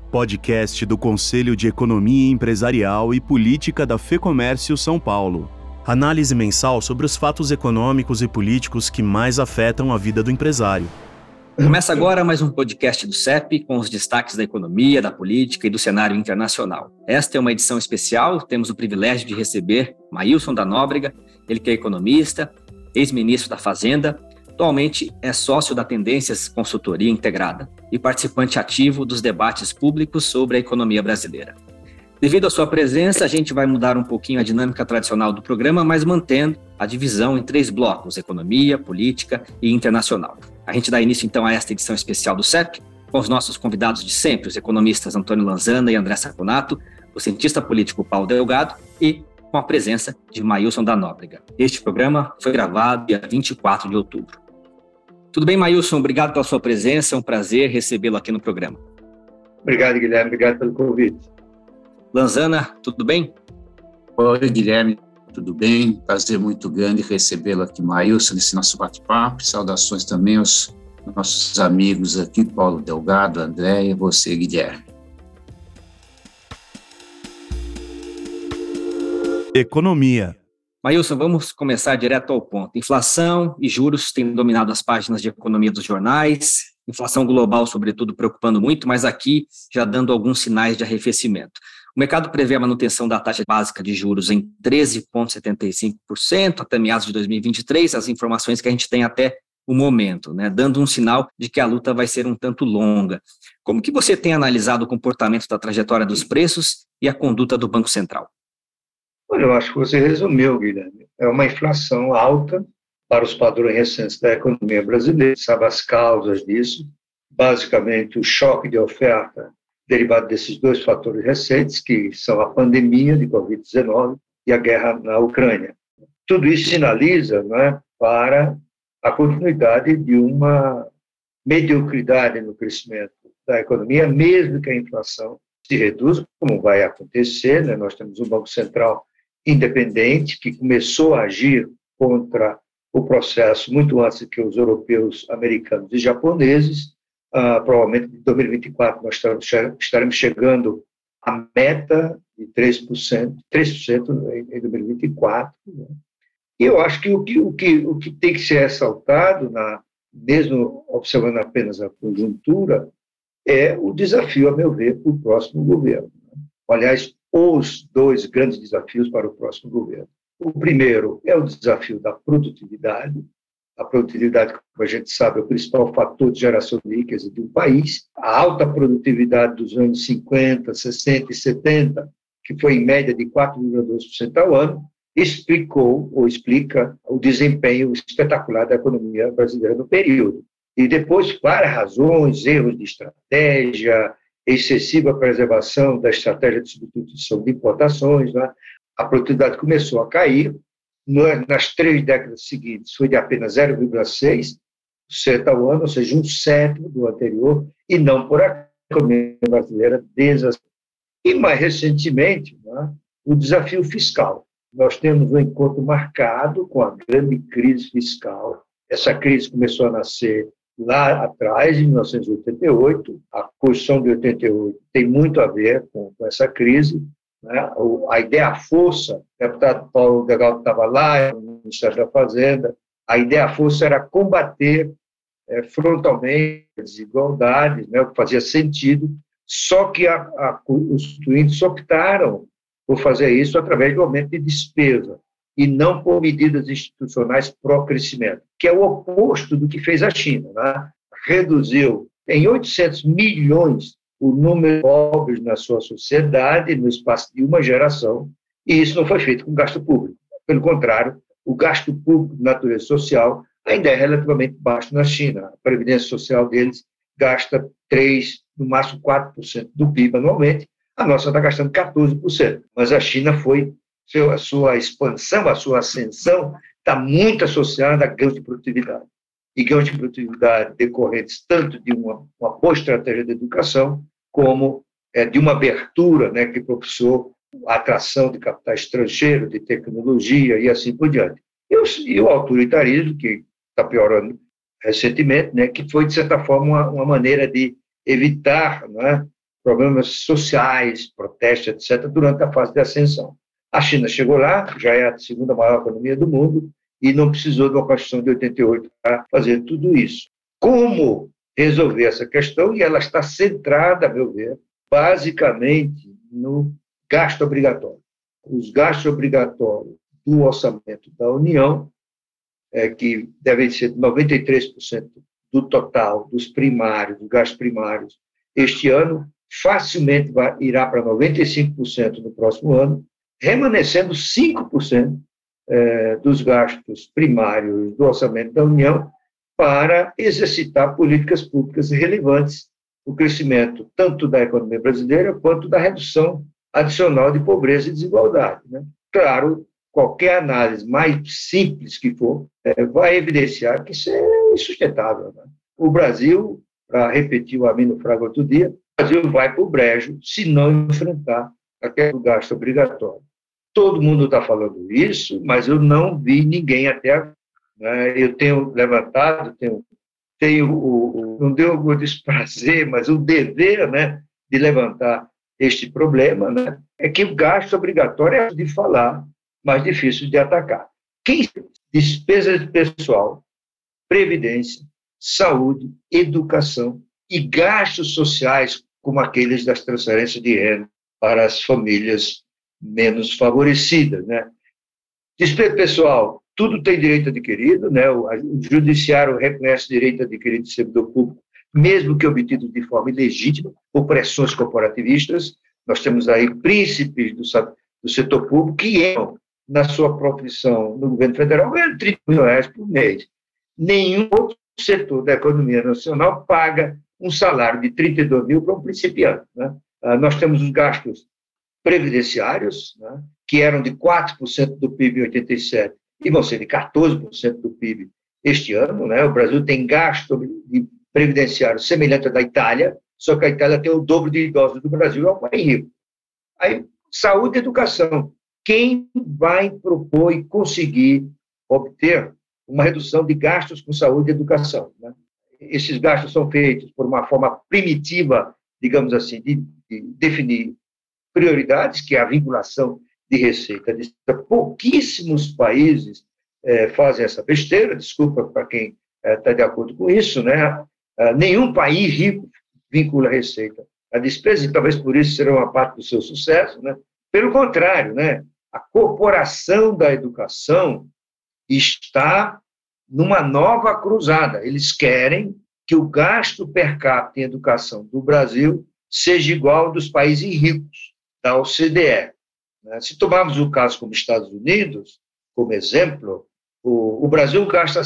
podcast do Conselho de Economia Empresarial e Política da FEComércio São Paulo. Análise mensal sobre os fatos econômicos e políticos que mais afetam a vida do empresário. Começa agora mais um podcast do CEP com os destaques da economia, da política e do cenário internacional. Esta é uma edição especial, temos o privilégio de receber Maílson da Nóbrega, ele que é economista, ex-ministro da Fazenda, atualmente é sócio da Tendências Consultoria Integrada e participante ativo dos debates públicos sobre a economia brasileira. Devido à sua presença, a gente vai mudar um pouquinho a dinâmica tradicional do programa, mas mantendo a divisão em 3 blocos: economia, política e internacional. A gente dá início então a esta edição especial do CEP, com os nossos convidados de sempre, os economistas Antônio Lanzana e André Saconato, o cientista político Paulo Delgado e com a presença de Maílson da Nóbrega. Este programa foi gravado dia 24 de outubro. Tudo bem, Maílson? Obrigado pela sua presença, é um prazer recebê-lo aqui no programa. Obrigado, Guilherme, obrigado pelo convite. Lanzana, tudo bem? Oi, Guilherme, tudo bem? Prazer muito grande recebê-lo aqui, Maílson, nesse nosso bate-papo. Saudações também aos nossos amigos aqui, Paulo Delgado, André e você, Guilherme. Economia. Maílson, vamos começar direto ao ponto. Inflação e juros têm dominado as páginas de economia dos jornais, inflação global, sobretudo, preocupando muito, mas aqui já dando alguns sinais de arrefecimento. O mercado prevê a manutenção da taxa básica de juros em 13,75% até meados de 2023, as informações que a gente tem até o momento, né, dando um sinal de que a luta vai ser um tanto longa. Como que você tem analisado o comportamento da trajetória dos preços e a conduta do Banco Central? Olha, eu acho que você resumiu, Guilherme. É uma inflação alta para os padrões recentes da economia brasileira, sabe as causas disso, basicamente o choque de oferta derivado desses 2 fatores recentes, que são a pandemia de Covid-19 e a guerra na Ucrânia. Tudo isso sinaliza, para a continuidade de uma mediocridade no crescimento da economia, mesmo que a inflação se reduza, como vai acontecer, Nós temos um Banco Central independente que começou a agir contra o processo muito antes que os europeus, americanos e japoneses. Provavelmente em 2024 nós estaremos chegando à meta de 3% em 2024. E eu acho que o que tem que ser ressaltado, mesmo observando apenas a conjuntura, é o desafio, a meu ver, para o próximo governo. Aliás, os 2 grandes desafios para o próximo governo. O primeiro é o desafio da produtividade. A produtividade, como a gente sabe, é o principal fator de geração de riqueza de um país. A alta produtividade dos anos 50, 60 e 70, que foi em média de 4,2% ao ano, explica o desempenho espetacular da economia brasileira no período. E depois, várias razões, erros de estratégia, excessiva preservação da estratégia de substituição de importações, A produtividade começou a cair. Nas 3 décadas seguintes, foi de apenas 0,6% ao ano, ou seja, 1/7 do anterior, e não por a economia brasileira desacelerou. E, mais recentemente, o desafio fiscal. Nós temos um encontro marcado com a grande crise fiscal. Essa crise começou a nascer lá atrás, em 1988, a Constituição de 88 tem muito a ver com essa crise, A ideia, a força, o deputado Paulo Delgado estava lá, no Ministério da Fazenda, a ideia, a força era combater frontalmente a desigualdade, o que fazia sentido, só que os constituintes optaram por fazer isso através do aumento de despesa, e não por medidas institucionais pró-crescimento, que é o oposto do que fez a China. Reduziu em 800 milhões o número de pobres na sua sociedade no espaço de uma geração, e isso não foi feito com gasto público. Pelo contrário, o gasto público de natureza social ainda é relativamente baixo na China. A previdência social deles gasta 3%, no máximo 4% do PIB anualmente, a nossa está gastando 14%. Mas a China a sua expansão, a sua ascensão está muito associada a ganho de produtividade. E ganhos de produtividade decorrentes tanto de uma boa estratégia de educação, como de uma abertura que propiciou a atração de capital estrangeiro, de tecnologia e assim por diante. E o autoritarismo, que está piorando recentemente, que foi, de certa forma, uma maneira de evitar problemas sociais, protestos, etc., durante a fase de ascensão. A China chegou lá, já é a segunda maior economia do mundo, e não precisou de uma Constituição de 88 para fazer tudo isso. Como resolver essa questão? E ela está centrada, a meu ver, basicamente no gasto obrigatório. Os gastos obrigatórios do orçamento da União, que devem ser 93% do total dos primários, dos gastos primários, este ano, facilmente irá para 95% no próximo ano, remanescendo 5% dos gastos primários do orçamento da União para exercitar políticas públicas relevantes no crescimento tanto da economia brasileira quanto da redução adicional de pobreza e desigualdade, né? Claro, qualquer análise mais simples que for, vai evidenciar que isso é insustentável, né? O Brasil, para repetir o Amino Fraga outro dia, o Brasil vai para o brejo se não enfrentar aquele gasto obrigatório. Todo mundo está falando isso, mas eu não vi ninguém até agora, né? Eu tenho levantado, não deu o desprazer, mas o dever, né, de levantar este problema, né, é que o gasto obrigatório é de falar, mais difícil de atacar. Despesa pessoal, previdência, saúde, educação e gastos sociais, como aqueles das transferências de renda para as famílias menos favorecidas, né? Despesa pessoal, tudo tem direito adquirido, né? O judiciário reconhece direito adquirido de servidor público, mesmo que obtido de forma ilegítima por pressões corporativistas. Nós temos aí príncipes do setor público que entram na sua profissão no governo federal ganhando R$30 mil por mês. Nenhum outro setor da economia nacional paga um salário de 32 mil para um principiante, né? Nós temos os gastos previdenciários, né, que eram de 4% do PIB em 87 e vão ser de 14% do PIB este ano, né? O Brasil tem gasto de previdenciário semelhante ao da Itália, só que a Itália tem o dobro de idosos do Brasil, é um país rico. Aí, saúde e educação. Quem vai propor e conseguir obter uma redução de gastos com saúde e educação, né? Esses gastos são feitos por uma forma primitiva, digamos assim, de definir prioridades, que é a vinculação de receita. Pouquíssimos países fazem essa besteira, desculpa para quem está de acordo com isso, né? Nenhum país rico vincula a receita à despesa, e talvez por isso será uma parte do seu sucesso, né? Pelo contrário, né? A corporação da educação está numa nova cruzada. Eles querem que o gasto per capita em educação do Brasil seja igual ao dos países ricos da OCDE. Se tomarmos o caso como Estados Unidos, como exemplo, o Brasil gasta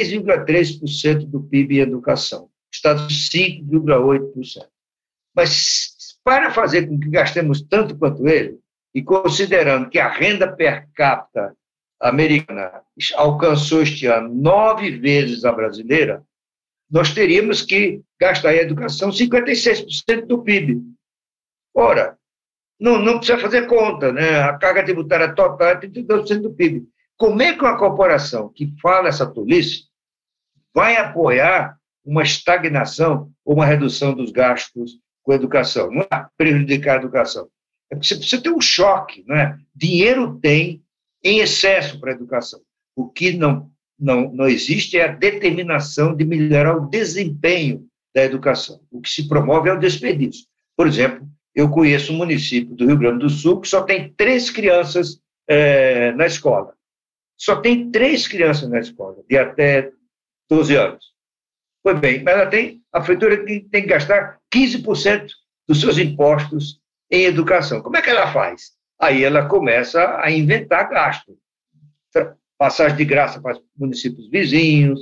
6,3% do PIB em educação, Estados Unidos 5,8%. Mas para fazer com que gastemos tanto quanto ele, e considerando que a renda per capita americana alcançou este ano 9 vezes a brasileira, nós teríamos que gastar em educação 56% do PIB. Ora, não precisa fazer conta, né? A carga tributária total é 32% do PIB. Como é que uma corporação que fala essa tolice vai apoiar uma estagnação ou uma redução dos gastos com a educação? Não é prejudicar a educação. É porque você precisa ter um choque, né? Dinheiro tem em excesso para a educação. O que não existe é a determinação de melhorar o desempenho da educação. O que se promove é o desperdício. Por exemplo, eu conheço um município do Rio Grande do Sul que só tem 3 crianças na escola. Só tem 3 crianças na escola, de até 12 anos. Pois bem, mas a prefeitura tem que gastar 15% dos seus impostos em educação. Como é que ela faz? Aí ela começa a inventar gasto. Passagem de graça para municípios vizinhos,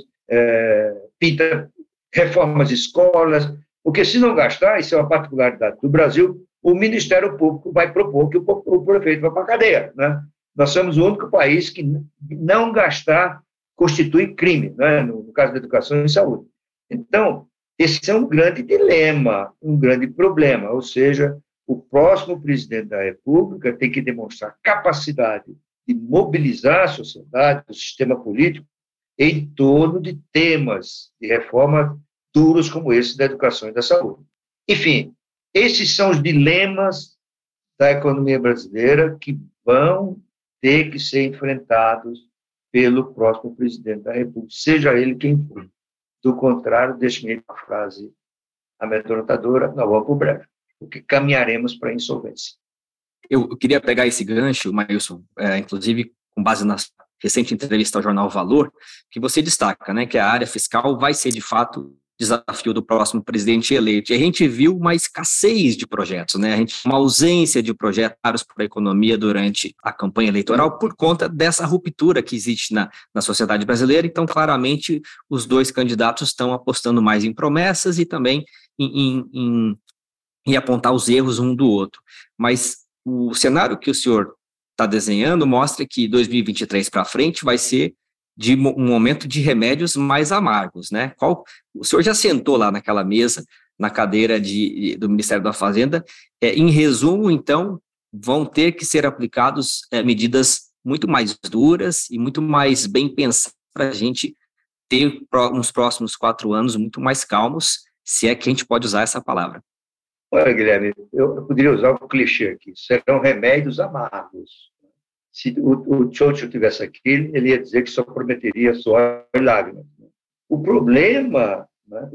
pinta reformas de escolas, porque se não gastar, isso é uma particularidade do Brasil, o Ministério Público vai propor que o prefeito vá para a cadeia, né? Nós somos o único país que não gastar constitui crime, né? No caso da educação e saúde. Então, esse é um grande dilema, um grande problema, ou seja, o próximo presidente da República tem que demonstrar capacidade de mobilizar a sociedade, o sistema político, em torno de temas de reforma duros como esse da educação e da saúde. Enfim, Esses são os dilemas da economia brasileira que vão ter que ser enfrentados pelo próximo presidente da República, seja ele quem for. Do contrário, deixe-me a frase amedrontadora, não vamos para o breve, porque caminharemos para a insolvência. Eu queria pegar esse gancho, Maílson, inclusive com base na recente entrevista ao jornal Valor, que você destaca, né, que a área fiscal vai ser, de fato, desafio do próximo presidente eleito. E a gente viu uma escassez de projetos, né? Uma ausência de projetos para a economia durante a campanha eleitoral por conta dessa ruptura que existe na sociedade brasileira. Então, claramente, os dois candidatos estão apostando mais em promessas e também em apontar os erros um do outro. Mas o cenário que o senhor está desenhando mostra que 2023 para frente vai ser de um momento de remédios mais amargos, né? O senhor já sentou lá naquela mesa, na cadeira do Ministério da Fazenda. Em resumo, então, vão ter que ser aplicados medidas muito mais duras e muito mais bem pensadas para a gente ter nos próximos 4 anos muito mais calmos, se é que a gente pode usar essa palavra. Olha, Guilherme, eu poderia usar um clichê aqui, serão remédios amargos. Se o Churchill tivesse aqui, ele ia dizer que só prometeria suor e lágrimas. O problema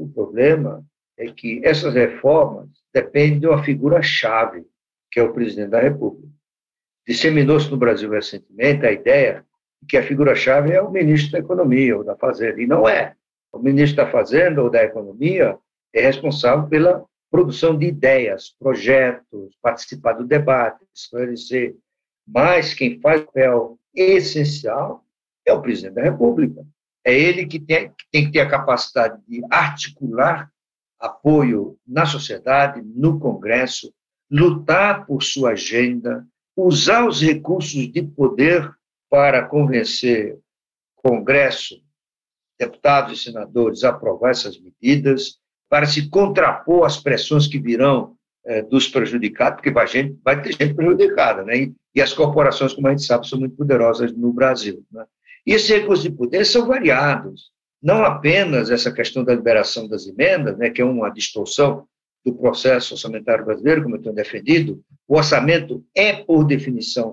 é que essas reformas dependem de uma figura-chave, que é o presidente da República. Disseminou-se no Brasil recentemente a ideia de que a figura-chave é o ministro da Economia ou da Fazenda, e não é. O ministro da Fazenda ou da Economia é responsável pela produção de ideias, projetos, participar do debate, esclarecer. Mas quem faz o papel essencial é o presidente da República. É ele que tem que ter a capacidade de articular apoio na sociedade, no Congresso, lutar por sua agenda, usar os recursos de poder para convencer o Congresso, deputados e senadores a aprovar essas medidas, para se contrapor às pressões que virão dos prejudicados, porque vai ter gente prejudicada, né? E as corporações, como a gente sabe, são muito poderosas no Brasil, né? E esses recursos de poder são variados, não apenas essa questão da liberação das emendas, né, que é uma distorção do processo orçamentário brasileiro, como eu tenho defendido. O orçamento é, por definição,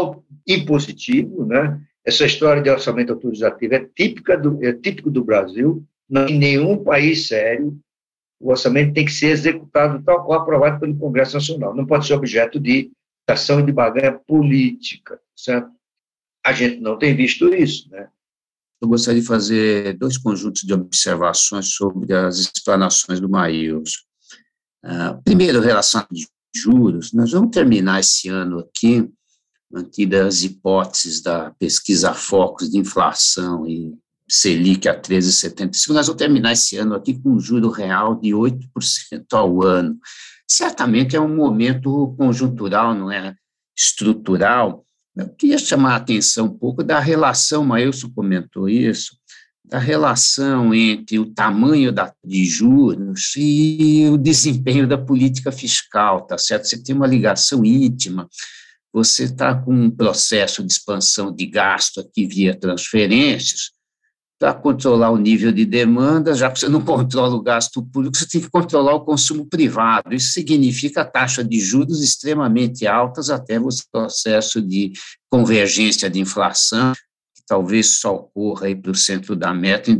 impositivo, né? Essa história de orçamento autorizativo é típico do Brasil. Não, em nenhum país sério o orçamento tem que ser executado tal qual aprovado pelo Congresso Nacional. Não pode ser objeto de ação e de barganha política, certo? A gente não tem visto isso, né? Eu gostaria de fazer 2 conjuntos de observações sobre as explanações do Maílson. Primeiro, em relação a juros, nós vamos terminar esse ano aqui, mantidas as hipóteses da pesquisa Focus de inflação e Selic a 13,75, nós vamos terminar esse ano aqui com um juro real de 8% ao ano. Certamente é um momento conjuntural, não é estrutural. Eu queria chamar a atenção um pouco da relação, Maílson comentou isso, da relação entre o tamanho de juros e o desempenho da política fiscal, tá certo? Você tem uma ligação íntima, você está com um processo de expansão de gasto aqui via transferências, para controlar o nível de demanda, já que você não controla o gasto público, você tem que controlar o consumo privado. Isso significa taxa de juros extremamente altas até o processo de convergência de inflação, que talvez só ocorra aí para o centro da meta em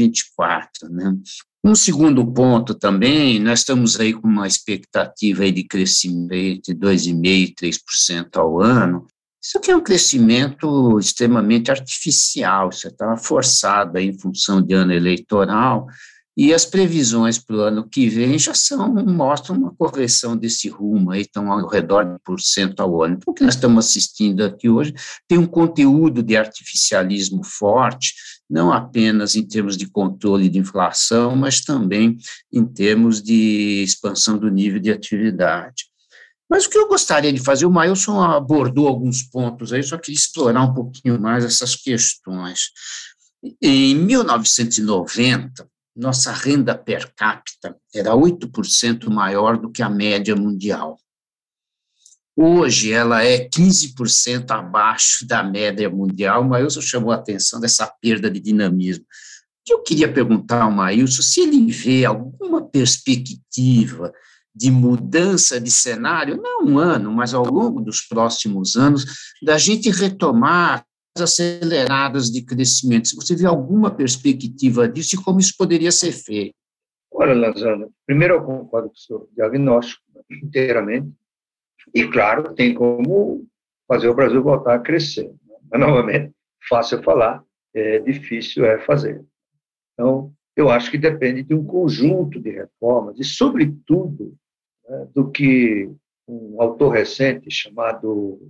2024, né? Um segundo ponto também, nós estamos aí com uma expectativa aí de crescimento entre 2,5% e 3% ao ano. Isso aqui é um crescimento extremamente artificial, isso está forçado aí em função de ano eleitoral, e as previsões para o ano que vem já mostram uma correção desse rumo, aí estão ao redor de 1% ao ano. Então, o que nós estamos assistindo aqui hoje tem um conteúdo de artificialismo forte, não apenas em termos de controle de inflação, mas também em termos de expansão do nível de atividade. Mas o que eu gostaria de fazer, o Maílson abordou alguns pontos aí, só queria explorar um pouquinho mais essas questões. Em 1990, nossa renda per capita era 8% maior do que a média mundial. Hoje ela é 15% abaixo da média mundial. O Maílson chamou a atenção dessa perda de dinamismo. O que eu queria perguntar ao Maílson, se ele vê alguma perspectiva de mudança de cenário, não um ano, mas ao longo dos próximos anos, da gente retomar as aceleradas de crescimento? Se você vê alguma perspectiva disso e como isso poderia ser feito? Olha, Lazana, primeiro eu concordo com o seu diagnóstico inteiramente, e claro, tem como fazer o Brasil voltar a crescer, né? Mas, novamente, fácil falar, difícil fazer. Então, eu acho que depende de um conjunto de reformas, e, sobretudo, né, do que um autor recente chamado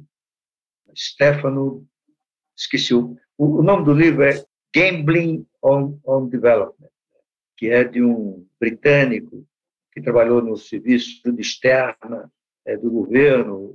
Stefano, esqueci o nome do livro, é Gambling on Development, que é de um britânico que trabalhou no serviço de externa do governo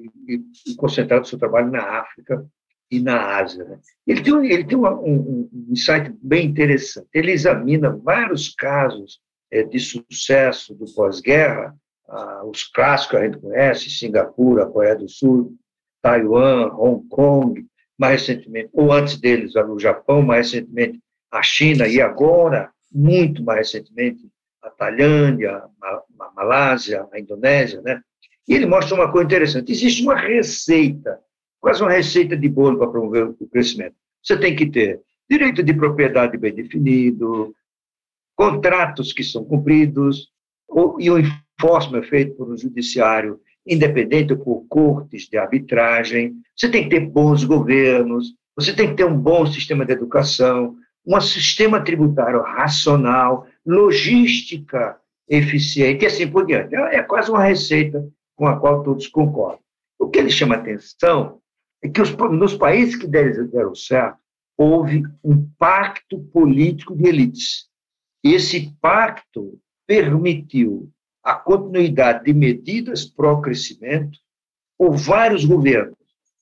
e concentrado seu trabalho na África e na Ásia. Né? Ele tem um insight bem interessante. Ele examina vários casos de sucesso do pós-guerra, os clássicos que a gente conhece, Singapura, Coreia do Sul, Taiwan, Hong Kong, mais recentemente, ou antes deles, o Japão, mais recentemente a China, e agora, muito mais recentemente, a Tailândia, a Malásia, a Indonésia, né? E ele mostra uma coisa interessante. Existe uma receita, quase uma receita de bolo para promover o crescimento. Você tem que ter direito de propriedade bem definido, contratos que são cumpridos, e o enforcement feito por um judiciário independente ou por cortes de arbitragem. Você tem que ter bons governos, você tem que ter um bom sistema de educação, um sistema tributário racional, logística eficiente e assim por diante. É quase uma receita com a qual todos concordam. O que ele chama atenção é que nos países que deram certo, houve um pacto político de elites. E esse pacto permitiu a continuidade de medidas pró-crescimento por vários governos,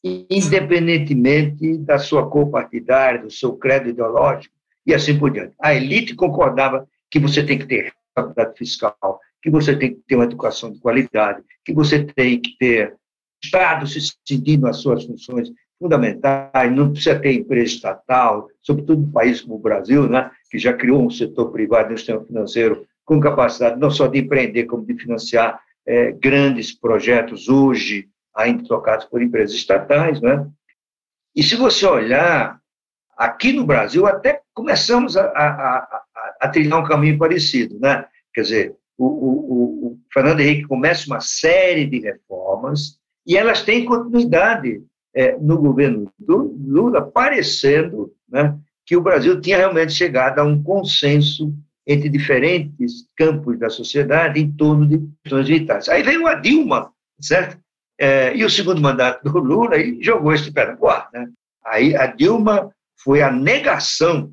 independentemente da sua cor partidária, do seu credo ideológico e assim por diante. A elite concordava que você tem que ter responsabilidade fiscal, que você tem que ter uma educação de qualidade, que você tem que ter Estado se sentindo as suas funções fundamentais, não precisa ter empresa estatal, sobretudo em um país como o Brasil, né, que já criou um setor privado, um sistema financeiro com capacidade não só de empreender, como de financiar grandes projetos hoje ainda tocados por empresas estatais, né? E se você olhar, aqui no Brasil até começamos a trilhar um caminho parecido, né? Quer dizer, o Fernando Henrique começa uma série de reformas e elas têm continuidade no governo do Lula, parecendo, né, que o Brasil tinha realmente chegado a um consenso entre diferentes campos da sociedade em torno de questões vitais. Aí veio a Dilma, certo? E o segundo mandato do Lula e jogou esse pé no ar, né? Aí a Dilma foi a negação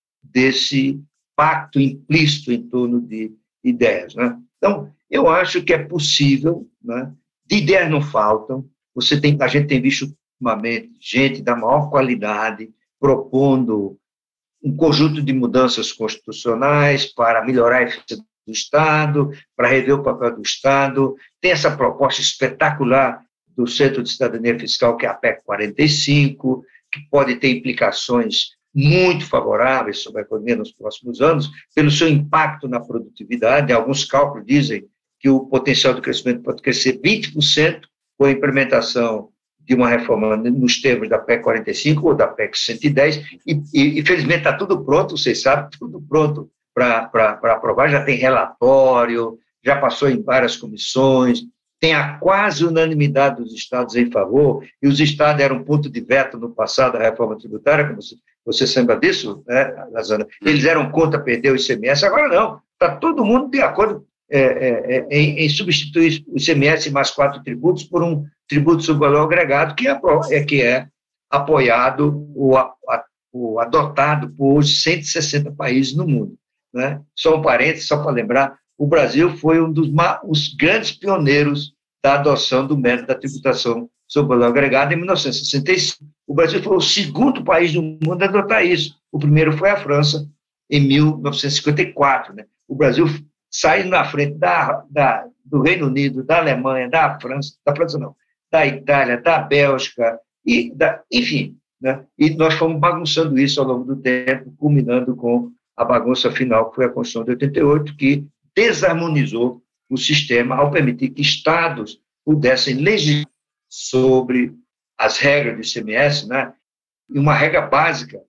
desse pacto implícito em torno de ideias, né? Então, eu acho que é possível, né? De ideias não faltam. A gente tem visto ultimamente gente da maior qualidade propondo um conjunto de mudanças constitucionais para melhorar a eficiência do Estado, para rever o papel do Estado. Tem essa proposta espetacular do Centro de Cidadania Fiscal, que é a PEC 45, que pode ter implicações muito favoráveis sobre a economia nos próximos anos, pelo seu impacto na produtividade. Alguns cálculos dizem que o potencial de crescimento pode crescer 20% com a implementação de uma reforma nos termos da PEC 45 ou da PEC 110, e infelizmente está tudo pronto, vocês sabem, tudo pronto para aprovar, já tem relatório, já passou em várias comissões, tem a quase unanimidade dos estados em favor, e os estados eram um ponto de veto no passado da reforma tributária, como você se lembra disso, né, Lazana? Eles eram contra perder o ICMS, agora não, está todo mundo de acordo em substituir o ICMS mais 4 tributos por um tributo sobre valor agregado, que é apoiado ou adotado por hoje 160 países no mundo, né? Só um parênteses, só para lembrar, o Brasil foi um dos grandes pioneiros da adoção do método da tributação sobre valor agregado em 1965. O Brasil foi o segundo país do mundo a adotar isso. O primeiro foi a França, em 1954. Né? O Brasil saiu na frente do Reino Unido, da Alemanha, da Itália, da Bélgica, enfim. Né? E nós fomos bagunçando isso ao longo do tempo, culminando com a bagunça final, que foi a Constituição de 88, que desarmonizou o sistema ao permitir que estados pudessem legislar sobre as regras do ICMS, né? E uma regra básica,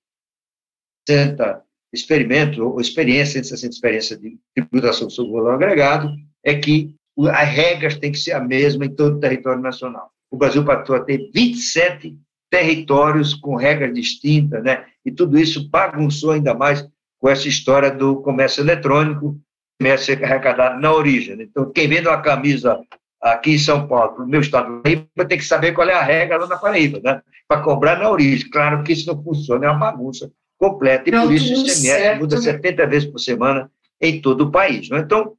60 experimentos, ou experiência, 160 experiência de tributação sobre o valor agregado, é que as regras têm que ser a mesma em todo o território nacional. O Brasil passou a ter 27 territórios com regras distintas, né? E tudo isso bagunçou ainda mais com essa história do comércio eletrônico, comércio arrecadado na origem. Então, quem vende uma camisa aqui em São Paulo, para o meu estado da Paraíba, tem que saber qual é a regra lá na Paraíba, né? Para cobrar na origem. Claro que isso não funciona, é uma bagunça completa, e por isso o ICMS muda 70 vezes por semana em todo o país. Né? Então,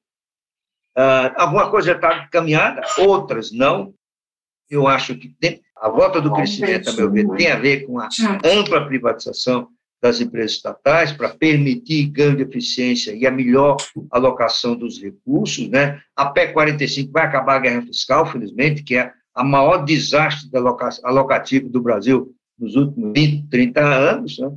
alguma coisa está caminhada, outras não. Eu acho que a volta do crescimento, a meu ver, tem a ver com a ampla privatização das empresas estatais para permitir ganho de eficiência e a melhor alocação dos recursos, né? A PEC 45 vai acabar a guerra fiscal, felizmente, que é a maior desastre alocativo do Brasil nos últimos 20, 30 anos, né?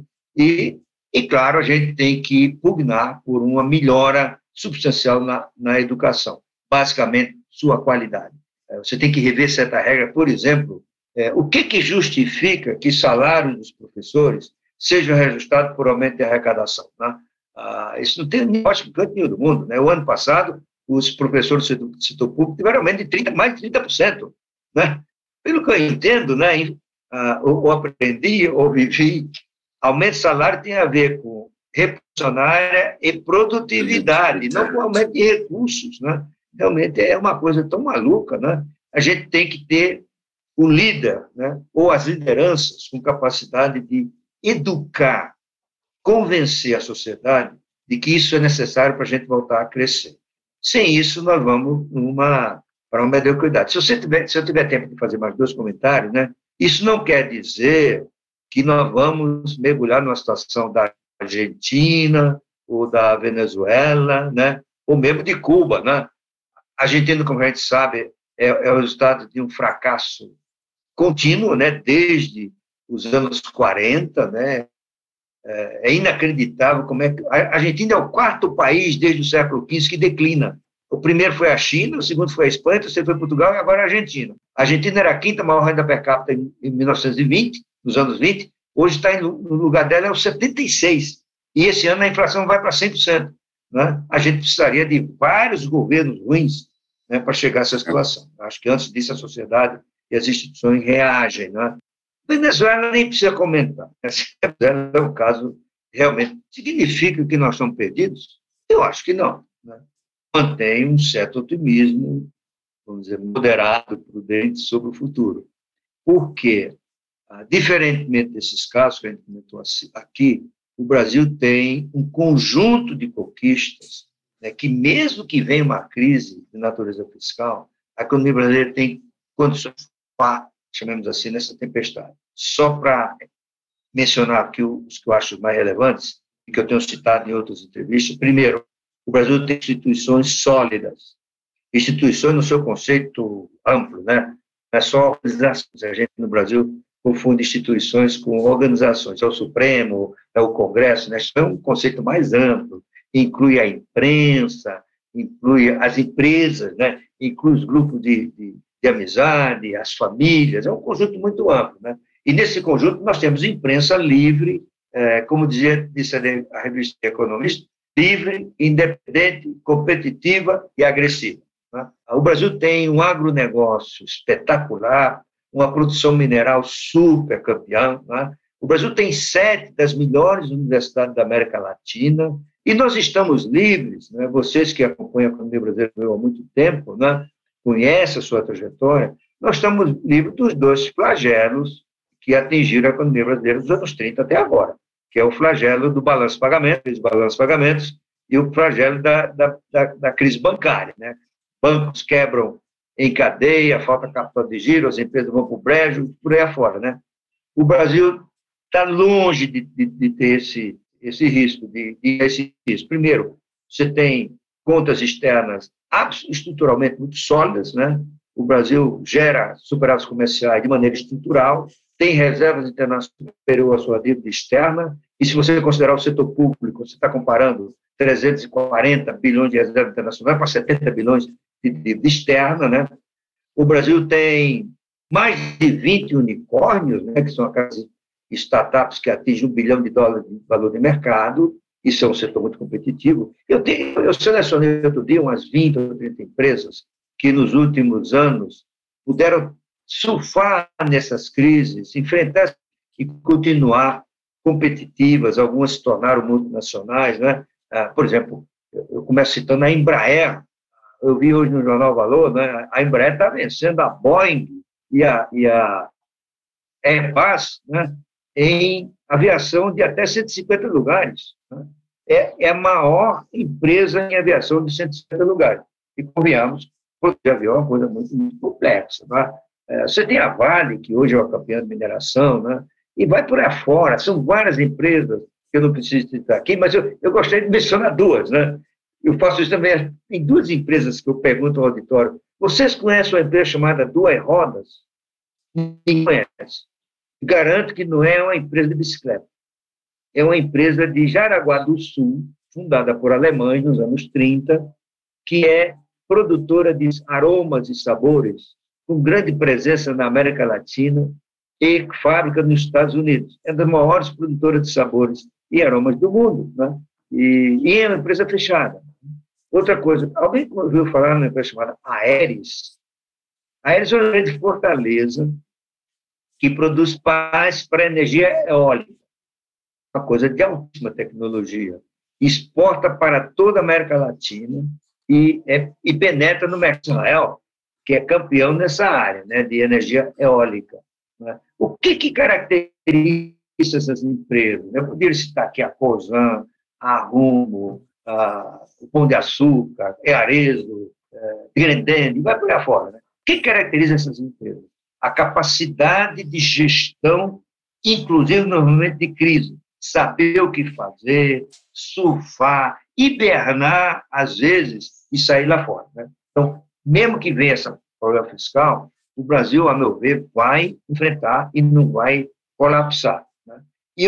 E, claro, a gente tem que pugnar por uma melhora substancial na educação, basicamente, sua qualidade. Você tem que rever certa regra, por exemplo, o que justifica que salários dos professores sejam reajustados por aumento de arrecadação, né? Isso não tem canto nenhum do mundo, né? O ano passado, os professores do setor público tiveram aumento de mais de 30%, né? Pelo que eu entendo, né, ou aprendi, ou vivi, aumento de salário tem a ver com reposicionária e produtividade, não com aumento de recursos, né? Realmente é uma coisa tão maluca, né? A gente tem que ter o líder, né, ou as lideranças com capacidade de educar, convencer a sociedade de que isso é necessário para a gente voltar a crescer. Sem isso, nós vamos para uma mediocridade. Se eu tiver tempo de fazer mais 2 comentários, né, isso não quer dizer que nós vamos mergulhar numa situação da Argentina ou da Venezuela, né, ou mesmo de Cuba, né? A Argentina, como a gente sabe, é o resultado de um fracasso contínuo, né, desde os anos 40, né? É inacreditável como é que... A Argentina é o 4º país desde o século XV que declina. O primeiro foi a China, o segundo foi a Espanha, o terceiro foi Portugal e agora a Argentina. A Argentina era a 5ª maior renda per capita em 1920, nos anos 20, hoje está no lugar dela é o 76, e esse ano a inflação vai para 100%. Né? A gente precisaria de vários governos ruins, né, para chegar a essa situação. Acho que antes disso a sociedade e as instituições reagem. Né? Venezuela nem precisa comentar. Venezuela é um caso realmente... Significa que nós estamos perdidos? Eu acho que não. Né? Mantém um certo otimismo, vamos dizer, moderado, prudente sobre o futuro. Porque, diferentemente desses casos que a gente comentou aqui, o Brasil tem um conjunto de conquistas, né, que mesmo que venha uma crise de natureza fiscal, a economia brasileira tem condições para, chamemos assim, nessa tempestade. Só para mencionar aqui os que eu acho mais relevantes, e que eu tenho citado em outras entrevistas. Primeiro, o Brasil tem instituições sólidas, instituições no seu conceito amplo, né? Não é só organizações. A gente no Brasil confunde instituições com organizações. É o Supremo, é o Congresso, né? Isso é um conceito mais amplo, inclui a imprensa, inclui as empresas, né? Inclui os grupos de amizade, as famílias, é um conjunto muito amplo, né? E nesse conjunto nós temos imprensa livre, como disse a revista Economista, livre, independente, competitiva e agressiva. Né? O Brasil tem um agronegócio espetacular, uma produção mineral super campeã. Né? O Brasil tem 7 das melhores universidades da América Latina, e nós estamos livres, né? Vocês que acompanham a economia brasileira há muito tempo, né? Conhecem a sua trajetória, nós estamos livres dos 2 flagelos que atingiram a economia brasileira dos anos 30 até agora, que é o flagelo do balanço de pagamentos, e o flagelo da crise bancária. Né? Bancos quebram em cadeia, falta capital de giro, as empresas vão para o brejo, por aí afora. Né? O Brasil está longe de ter esse risco, esse risco. Primeiro, você tem contas externas estruturalmente muito sólidas, né? O Brasil gera superávites comerciais de maneira estrutural, tem reservas internacionais superior à sua dívida externa, e se você considerar o setor público, você está comparando 340 bilhões de reservas internacionais para 70 bilhões de dívida externa, né? O Brasil tem mais de 20 unicórnios, né, que são aquelas startups que atingem $1 bilhão de valor de mercado. Isso é um setor muito competitivo. Eu selecionei outro dia umas 20 ou 30 empresas que nos últimos anos puderam surfar nessas crises, enfrentar e continuar competitivas. Algumas se tornaram multinacionais, né? Por exemplo, eu começo citando a Embraer. Eu vi hoje no Jornal Valor, né? A Embraer está vencendo a Boeing e a Airbus, né? Em aviação de até 150 lugares. Né? É a maior empresa em aviação de 150 lugares. E, convenhamos, de avião é uma coisa muito, muito complexa. Né? Você tem a Vale, que hoje é uma campeã de mineração, né? E vai por aí fora. São várias empresas que eu não preciso citar aqui, mas eu gostaria de mencionar duas. Né? Eu faço isso também. Tem duas empresas que eu pergunto ao auditório. Vocês conhecem uma empresa chamada Duas Rodas? Ninguém conhece. Garanto que não é uma empresa de bicicleta. É uma empresa de Jaraguá do Sul, fundada por alemães nos anos 30, que é produtora de aromas e sabores, com grande presença na América Latina e fábrica nos Estados Unidos. É uma das maiores produtoras de sabores e aromas do mundo, né? E é uma empresa fechada. Outra coisa, alguém ouviu falar numa empresa chamada Aeres? A Aeres é uma empresa de Fortaleza que produz pás para energia eólica, uma coisa de altíssima tecnologia. Exporta para toda a América Latina e penetra no mercado de Israel, que é campeão nessa área, né, de energia eólica. Né? O que caracteriza essas empresas? Eu poderia citar aqui a Cosan, a Rumo, o Pão de Açúcar, Earezo, Grendene, vai por aí fora. Né? O que caracteriza essas empresas? A capacidade de gestão, inclusive no momento de crise, saber o que fazer, surfar, hibernar, às vezes, e sair lá fora. Né? Então, mesmo que venha esse problema fiscal, o Brasil, a meu ver, vai enfrentar e não vai colapsar. Né?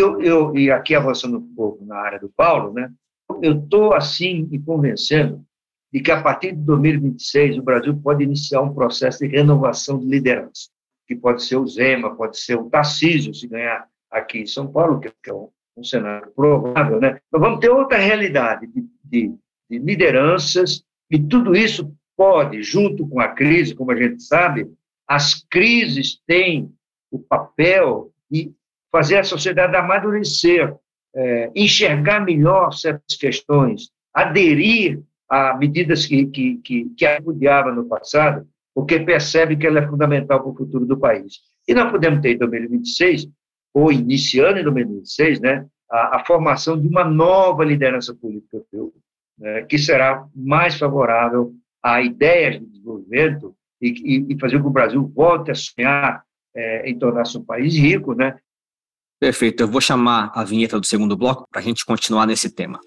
E aqui, avançando um pouco na área do Paulo, né, eu estou, assim, me convencendo de que, a partir de 2026, o Brasil pode iniciar um processo de renovação de liderança, que pode ser o Zema, pode ser o Tarcísio, se ganhar aqui em São Paulo, que é um cenário provável, né? Então, vamos ter outra realidade de lideranças, e tudo isso pode, junto com a crise, como a gente sabe, as crises têm o papel de fazer a sociedade amadurecer, enxergar melhor certas questões, aderir a medidas que repudiava no passado, porque percebe que ela é fundamental para o futuro do país. E nós podemos ter em 2026, ou iniciando em 2026, né, a formação de uma nova liderança política, né, que será mais favorável a ideias de desenvolvimento e fazer com que o Brasil volte a sonhar em tornar-se um país rico. Né? Perfeito. Eu vou chamar a vinheta do segundo bloco para a gente continuar nesse tema.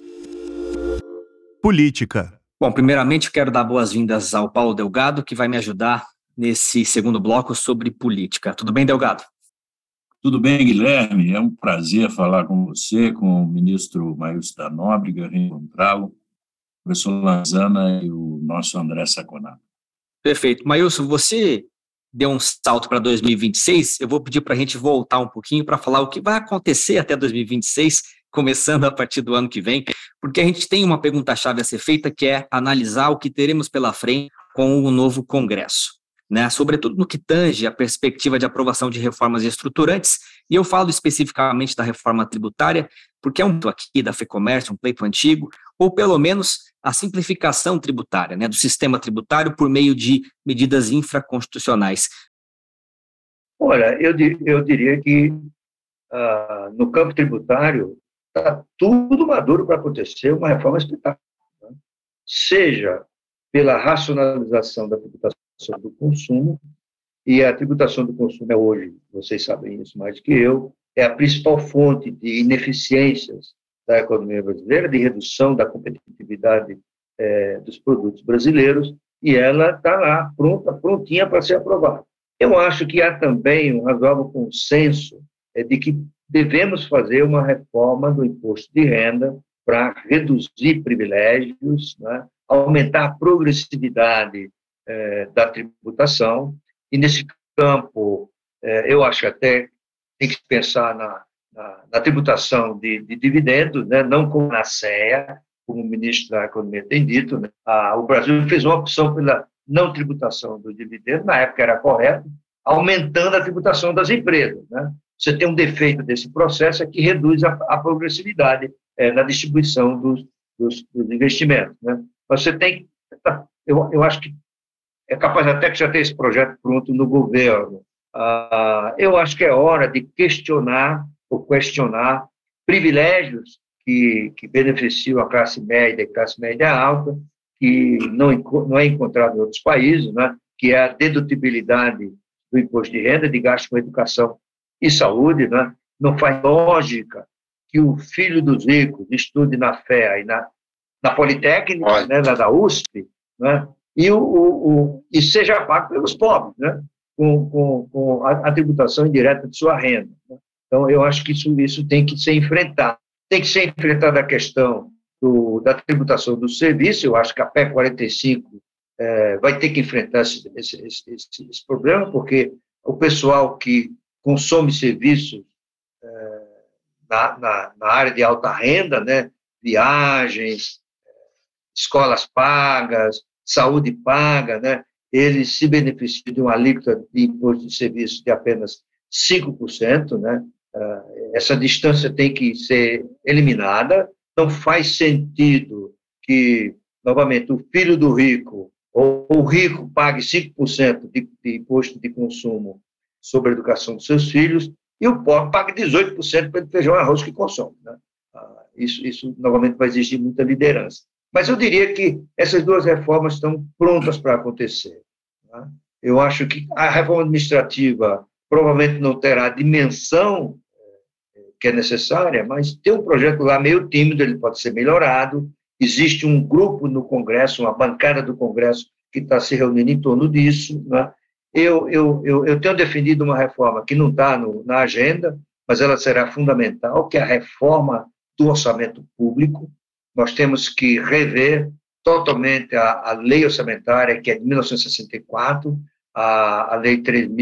Política. Bom, primeiramente eu quero dar boas-vindas ao Paulo Delgado, que vai me ajudar nesse segundo bloco sobre política. Tudo bem, Delgado? Tudo bem, Guilherme? É um prazer falar com você, com o ministro Maílson da Nóbrega, reencontrá-lo, o professor Lanzana e o nosso André Saconato. Perfeito. Maílson, você deu um salto para 2026, eu vou pedir para a gente voltar um pouquinho para falar o que vai acontecer até 2026, começando a partir do ano que vem, porque a gente tem uma pergunta-chave a ser feita, que é analisar o que teremos pela frente com o novo Congresso, né? Sobretudo no que tange a perspectiva de aprovação de reformas estruturantes, e eu falo especificamente da reforma tributária, porque é um pleito aqui da FEComércio, um pleito antigo, ou pelo menos a simplificação tributária, né, do sistema tributário por meio de medidas infraconstitucionais. Olha, eu diria que no campo tributário está tudo maduro para acontecer uma reforma espetacular, né? Seja pela racionalização da tributação do consumo, e a tributação do consumo é hoje, vocês sabem isso mais que eu, é a principal fonte de ineficiências da economia brasileira, de redução da competitividade dos produtos brasileiros, e ela está lá, prontinha para ser aprovada. Eu acho que há também um razoável consenso de que devemos fazer uma reforma do imposto de renda para reduzir privilégios, né, aumentar a progressividade da tributação, e nesse campo, eu acho que até tem que pensar na tributação de dividendos, né, não como na CEA, como o ministro da Economia tem dito, né, o Brasil fez uma opção pela não tributação do dividendo, na época era correto, aumentando a tributação das empresas, né? Você tem um defeito desse processo é que reduz a progressividade na distribuição dos investimentos, né? Você tem, eu acho que é capaz até que já ter esse projeto pronto no governo. Eu acho que é hora de questionar privilégios que beneficiam a classe média e classe média alta, que não é encontrado em outros países, né? Que é a dedutibilidade do imposto de renda, de gasto com educação e saúde, né? Não faz lógica que o filho dos ricos estude na FEA e na Politécnica, né? Da USP, né? E seja pago pelos pobres, né? Com a tributação indireta de sua renda, né? Então, eu acho que isso tem que ser enfrentado. Tem que ser enfrentada a questão da tributação do serviço. Eu acho que a PEC 45 vai ter que enfrentar esse problema, porque o pessoal que consome serviços na área de alta renda, né, viagens, escolas pagas, saúde paga, né, eles se beneficiam de uma alíquota de imposto de serviço de apenas 5%, né? Essa distância tem que ser eliminada. Não faz sentido que, novamente, o filho do rico ou o rico pague 5% de imposto de consumo sobre a educação dos seus filhos e o pobre pague 18% pelo feijão e arroz que consome, né? Isso, novamente, vai exigir muita liderança. Mas eu diria que essas duas reformas estão prontas para acontecer, né? Eu acho que a reforma administrativa provavelmente não terá a dimensão que é necessária, mas tem um projeto lá meio tímido, ele pode ser melhorado. Existe um grupo no Congresso, uma bancada do Congresso que está se reunindo em torno disso, né? Eu tenho defendido uma reforma que não está na agenda, mas ela será fundamental, que é a reforma do orçamento público. Nós temos que rever totalmente a lei orçamentária, que é de 1964, a lei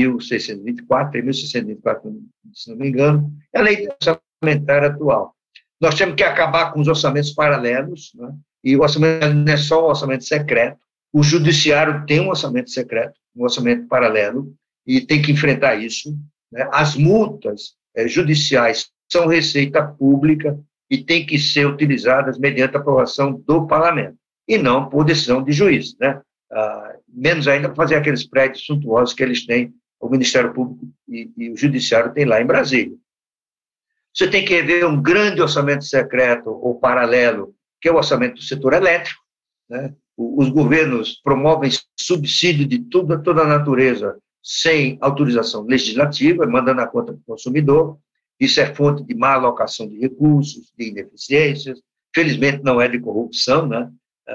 3.624, se não me engano, é a lei orçamentária atual. Nós temos que acabar com os orçamentos paralelos, né? E o orçamento não é só o orçamento secreto. O judiciário tem um orçamento secreto, um orçamento paralelo, e tem que enfrentar isso, né? As multas judiciais são receita pública e têm que ser utilizadas mediante aprovação do parlamento, e não por decisão de juiz, né? Menos ainda para fazer aqueles prédios suntuosos que eles têm, o Ministério Público e o Judiciário têm lá em Brasília. Você tem que rever um grande orçamento secreto ou paralelo, que é o orçamento do setor elétrico, né? Os governos promovem subsídio de toda a natureza sem autorização legislativa, mandando a conta para o consumidor. Isso é fonte de má alocação de recursos, de ineficiências, felizmente não é de corrupção, né?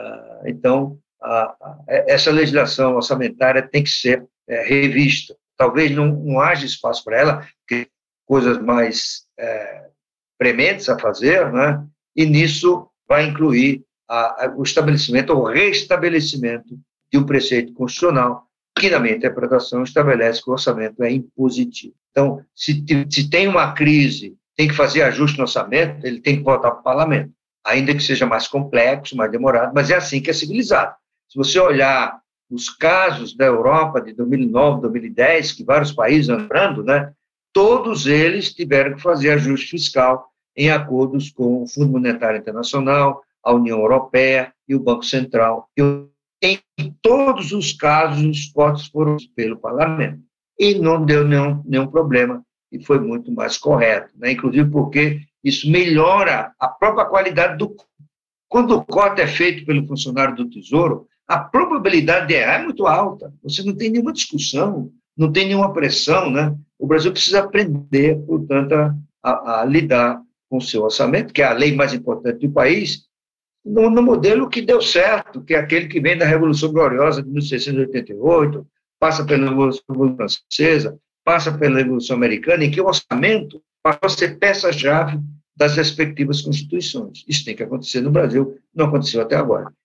Então, essa legislação orçamentária tem que ser revista. Talvez não haja espaço para ela, porque coisas mais prementes a fazer, né? E nisso vai incluir o estabelecimento ou restabelecimento de um preceito constitucional que, na minha interpretação, estabelece que o orçamento é impositivo. Então, se tem uma crise, tem que fazer ajuste no orçamento, ele tem que voltar para o parlamento, ainda que seja mais complexo, mais demorado, mas é assim que é civilizado. Se você olhar os casos da Europa de 2009, 2010, que vários países andando, né, todos eles tiveram que fazer ajuste fiscal em acordos com o Fundo Monetário Internacional, a União Europeia e o Banco Central. Em todos os casos, os cortes foram pelo parlamento. E não deu nenhum problema, e foi muito mais correto, né? Inclusive porque isso melhora a própria qualidade do... Quando o corte é feito pelo funcionário do Tesouro, a probabilidade de errar é muito alta. Você não tem nenhuma discussão, não tem nenhuma pressão, né? O Brasil precisa aprender, portanto, a lidar com o seu orçamento, que é a lei mais importante do país, no modelo que deu certo, que é aquele que vem da Revolução Gloriosa de 1688, passa pela Revolução Francesa, passa pela Revolução Americana, em que o orçamento passou a ser peça-chave das respectivas constituições. Isso tem que acontecer no Brasil, não aconteceu até agora.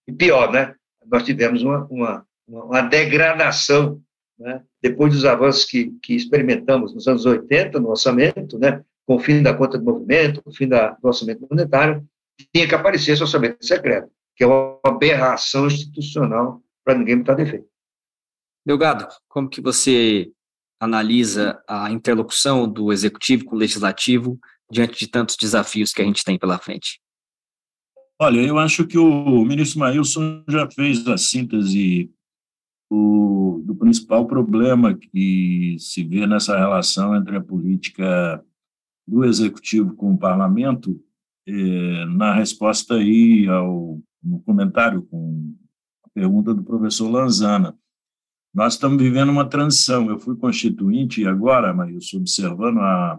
E pior, né? Nós tivemos uma degradação, né? Depois dos avanços que experimentamos nos anos 80, no orçamento, né? Com o fim da conta de movimento, o fim do orçamento monetário, tinha que aparecer esse orçamento secreto, que é uma aberração institucional para ninguém botar defeito. Delgado, como que você analisa a interlocução do Executivo com o Legislativo diante de tantos desafios que a gente tem pela frente? Olha, eu acho que o ministro Maílson já fez a síntese do principal problema que se vê nessa relação entre a política do Executivo com o Parlamento, na resposta aí no comentário com a pergunta do professor Lanzana. Nós estamos vivendo uma transição. Eu fui constituinte e agora, Maílson, observando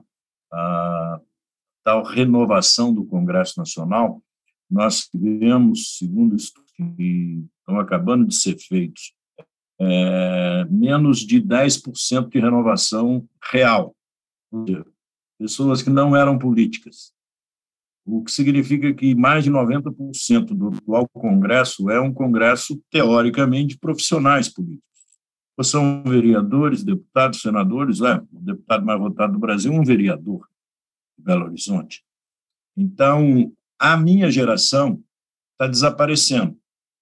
a tal renovação do Congresso Nacional, nós tivemos, segundo estudos que estão acabando de ser feitos, menos de 10% de renovação real, ou seja, pessoas que não eram políticas, o que significa que mais de 90% do atual Congresso é um Congresso, teoricamente, de profissionais políticos. Ou são vereadores, deputados, senadores, o deputado mais votado do Brasil é um vereador de Belo Horizonte. Então, a minha geração está desaparecendo.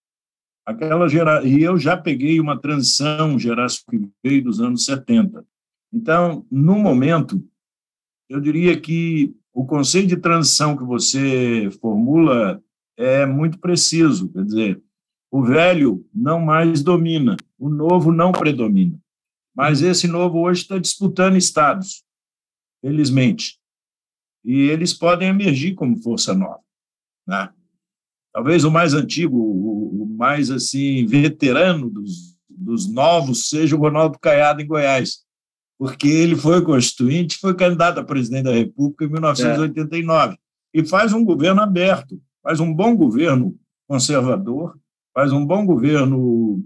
E eu já peguei uma transição geracional que veio dos anos 70. Então, no momento, eu diria que o conceito de transição que você formula é muito preciso, quer dizer, o velho não mais domina, o novo não predomina. Mas esse novo hoje está disputando estados, felizmente. E eles podem emergir como força nova, né? Talvez o mais antigo, o mais assim veterano dos novos seja o Ronaldo Caiado em Goiás, porque ele foi constituinte, foi candidato a presidente da República em 1989 e faz um governo aberto, faz um bom governo conservador, faz um bom governo,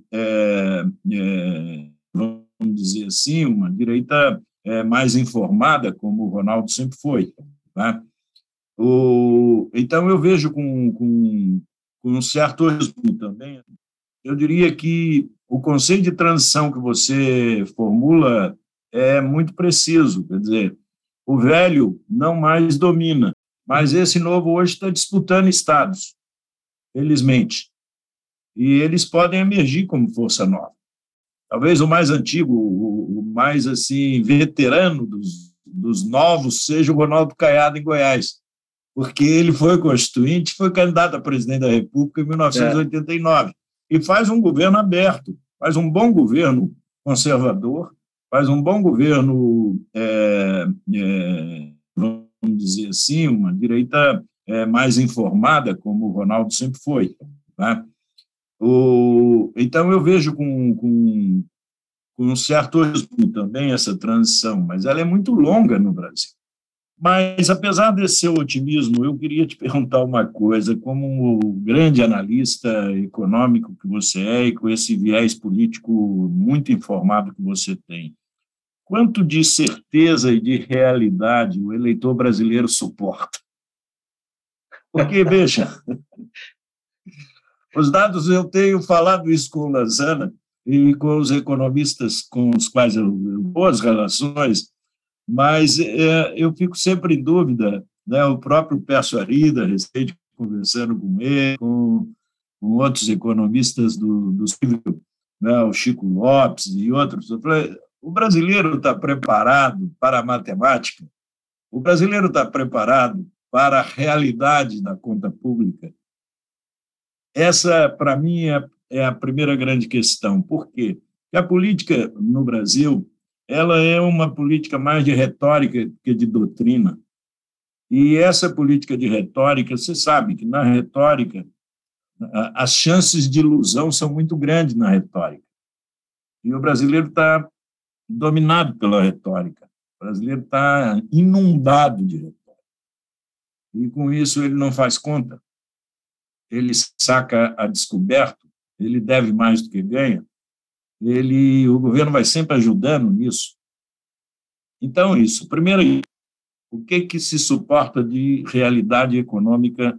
vamos dizer assim, uma direita mais informada, como o Ronaldo sempre foi, né? Então, eu vejo com um certo êxito também, eu diria que o conceito de transição que você formula é muito preciso, quer dizer, o velho não mais domina, mas esse novo hoje está disputando estados, felizmente, e eles podem emergir como força nova. Talvez o mais antigo, o mais assim veterano dos novos seja o Ronaldo Caiado em Goiás, porque ele foi constituinte, foi candidato a presidente da República em 1989 e faz um governo aberto, faz um bom governo conservador, faz um bom governo, vamos dizer assim, uma direita mais informada, como o Ronaldo sempre foi, né? Então, eu vejo com um certo êxito também essa transição, mas ela é muito longa no Brasil. Mas, apesar desse seu otimismo, eu queria te perguntar uma coisa, como um grande analista econômico que você é e com esse viés político muito informado que você tem, quanto de certeza e de realidade o eleitor brasileiro suporta? Porque, veja, os dados, eu tenho falado isso com o Lanzana e com os economistas com os quais eu tenho boas relações, mas eu fico sempre em dúvida, né? O próprio Pércio Arida, recente, conversando com ele, com outros economistas do Civil, né? O Chico Lopes e outros, eu falei, o brasileiro está preparado para a matemática? O brasileiro está preparado para a realidade da conta pública? Essa, para mim, é a primeira grande questão. Por quê? Porque a política no Brasil ela é uma política mais de retórica que de doutrina. E essa política de retórica, você sabe que na retórica as chances de ilusão são muito grandes na retórica. E o brasileiro está dominado pela retórica. O brasileiro está inundado de retórica. E com isso ele não faz conta. Ele saca a descoberto, ele deve mais do que ganha, o governo vai sempre ajudando nisso. Então, isso. Primeiro, o que se suporta de realidade econômica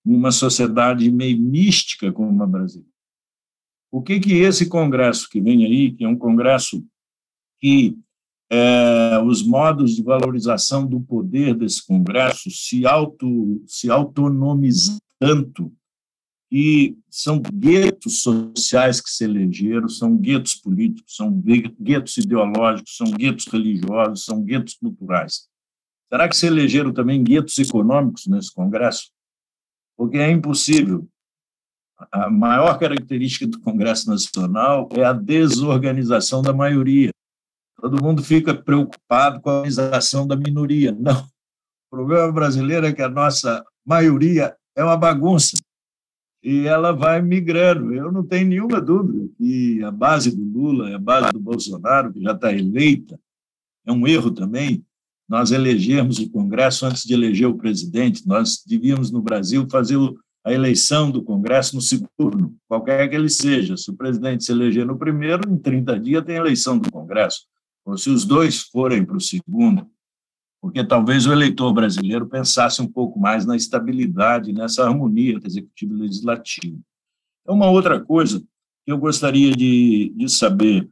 numa sociedade meio mística como a brasileira. O que esse congresso que vem aí, que é um congresso que os modos de valorização do poder desse congresso se autonomizam tanto, e são guetos sociais que se elegeram, são guetos políticos, são guetos ideológicos, são guetos religiosos, são guetos culturais. Será que se elegeram também guetos econômicos nesse Congresso? Porque é impossível. A maior característica do Congresso Nacional é a desorganização da maioria. Todo mundo fica preocupado com a organização da minoria. Não. O problema brasileiro é que a nossa maioria é uma bagunça. E ela vai migrando. Eu não tenho nenhuma dúvida que a base do Lula e a base do Bolsonaro, que já está eleita, é um erro também nós elegermos o Congresso antes de eleger o presidente. Nós devíamos, no Brasil, fazer a eleição do Congresso no segundo turno, qualquer que ele seja. Se o presidente se eleger no primeiro, em 30 dias tem a eleição do Congresso. Ou se os dois forem para o segundo, porque talvez o eleitor brasileiro pensasse um pouco mais na estabilidade, nessa harmonia do executivo e legislativo. É uma outra coisa que eu gostaria de saber.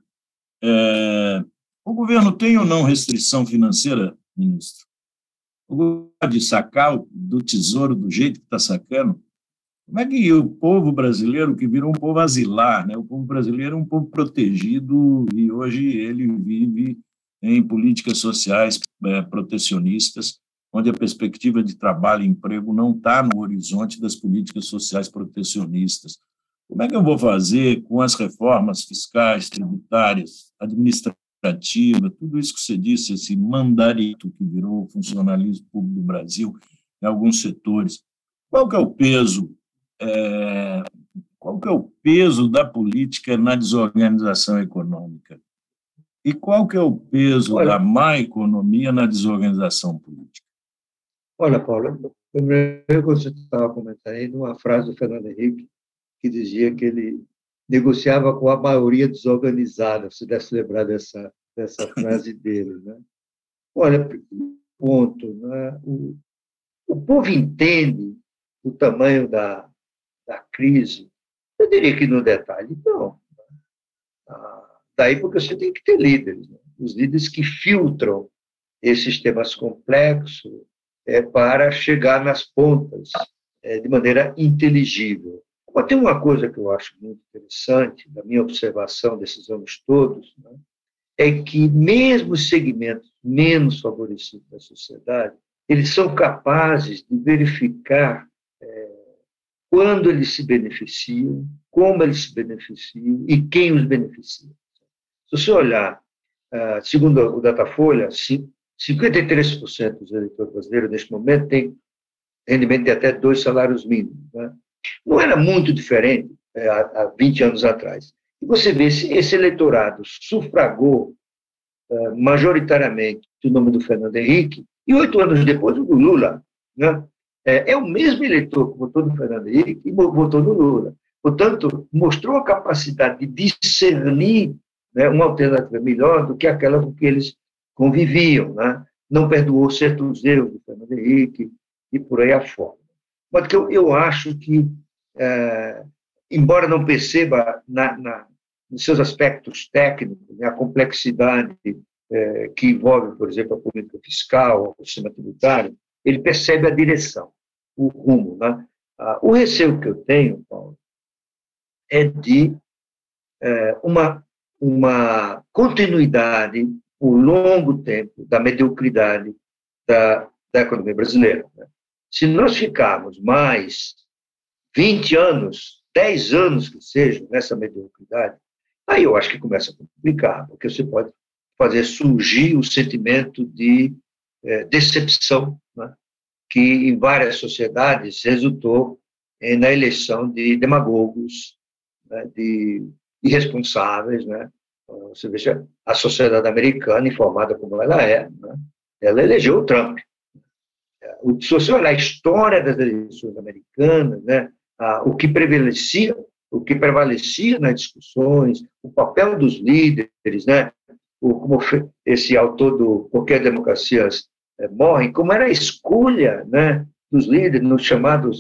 O governo tem ou não restrição financeira, ministro? O governo pode sacar do tesouro do jeito que está sacando? Como é que o povo brasileiro, que virou um povo asilar, né? O povo brasileiro é um povo protegido e hoje ele vive em políticas sociais protecionistas, onde a perspectiva de trabalho e emprego não está no horizonte das políticas sociais protecionistas. Como é que eu vou fazer com as reformas fiscais, tributárias, administrativas, tudo isso que você disse, esse mandarito que virou o funcionalismo público do Brasil em alguns setores? Qual que é o peso da política na desorganização econômica? E qual que é o peso da má economia na desorganização política? Olha, Paulo, eu você estava comentando aí uma frase do Fernando Henrique que dizia que ele negociava com a maioria desorganizada, se deve se lembrar dessa frase dele, né? Olha, ponto, né? O povo entende o tamanho da crise, eu diria que no detalhe, não. Daí porque você tem que ter líderes, né? Os líderes que filtram esses temas complexos para chegar nas pontas de maneira inteligível. Mas tem uma coisa que eu acho muito interessante, da minha observação desses anos todos, né, é que mesmo os segmentos menos favorecidos da sociedade, eles são capazes de verificar quando eles se beneficiam, como eles se beneficiam e quem os beneficia. Se você olhar, segundo o Datafolha, 53% dos eleitores brasileiros, neste momento, têm rendimento de até 2 salários mínimos, né? Não era muito diferente há 20 anos atrás. E você vê, esse eleitorado sufragou majoritariamente o nome do Fernando Henrique, e 8 anos depois o do Lula, né? É o mesmo eleitor que votou no Fernando Henrique e votou no Lula. Portanto, mostrou a capacidade de discernir, né, uma alternativa melhor do que aquela com que eles conviviam, né? Não perdoou certos erros do Fernando Henrique e por aí afora. Mas que eu acho que, embora não perceba nos seus aspectos técnicos, né, a complexidade que envolve, por exemplo, a política fiscal, o sistema tributário, ele percebe a direção, o rumo, né? O receio que eu tenho, Paulo, é de uma continuidade por longo tempo da mediocridade da economia brasileira, né? Se nós ficarmos mais 20 anos, 10 anos que seja, nessa mediocridade, aí eu acho que começa a complicar, porque você pode fazer surgir o sentimento de decepção, né, que em várias sociedades resultou na eleição de demagogos, né, de irresponsáveis, né? Você veja a sociedade americana, informada como ela é, né, ela elegeu o Trump. Se você olhar a história das eleições americanas, né, o que prevalecia nas discussões, o papel dos líderes, né, como esse autor do Por que as Democracias Morrem, como era a escolha, né, dos líderes nos chamados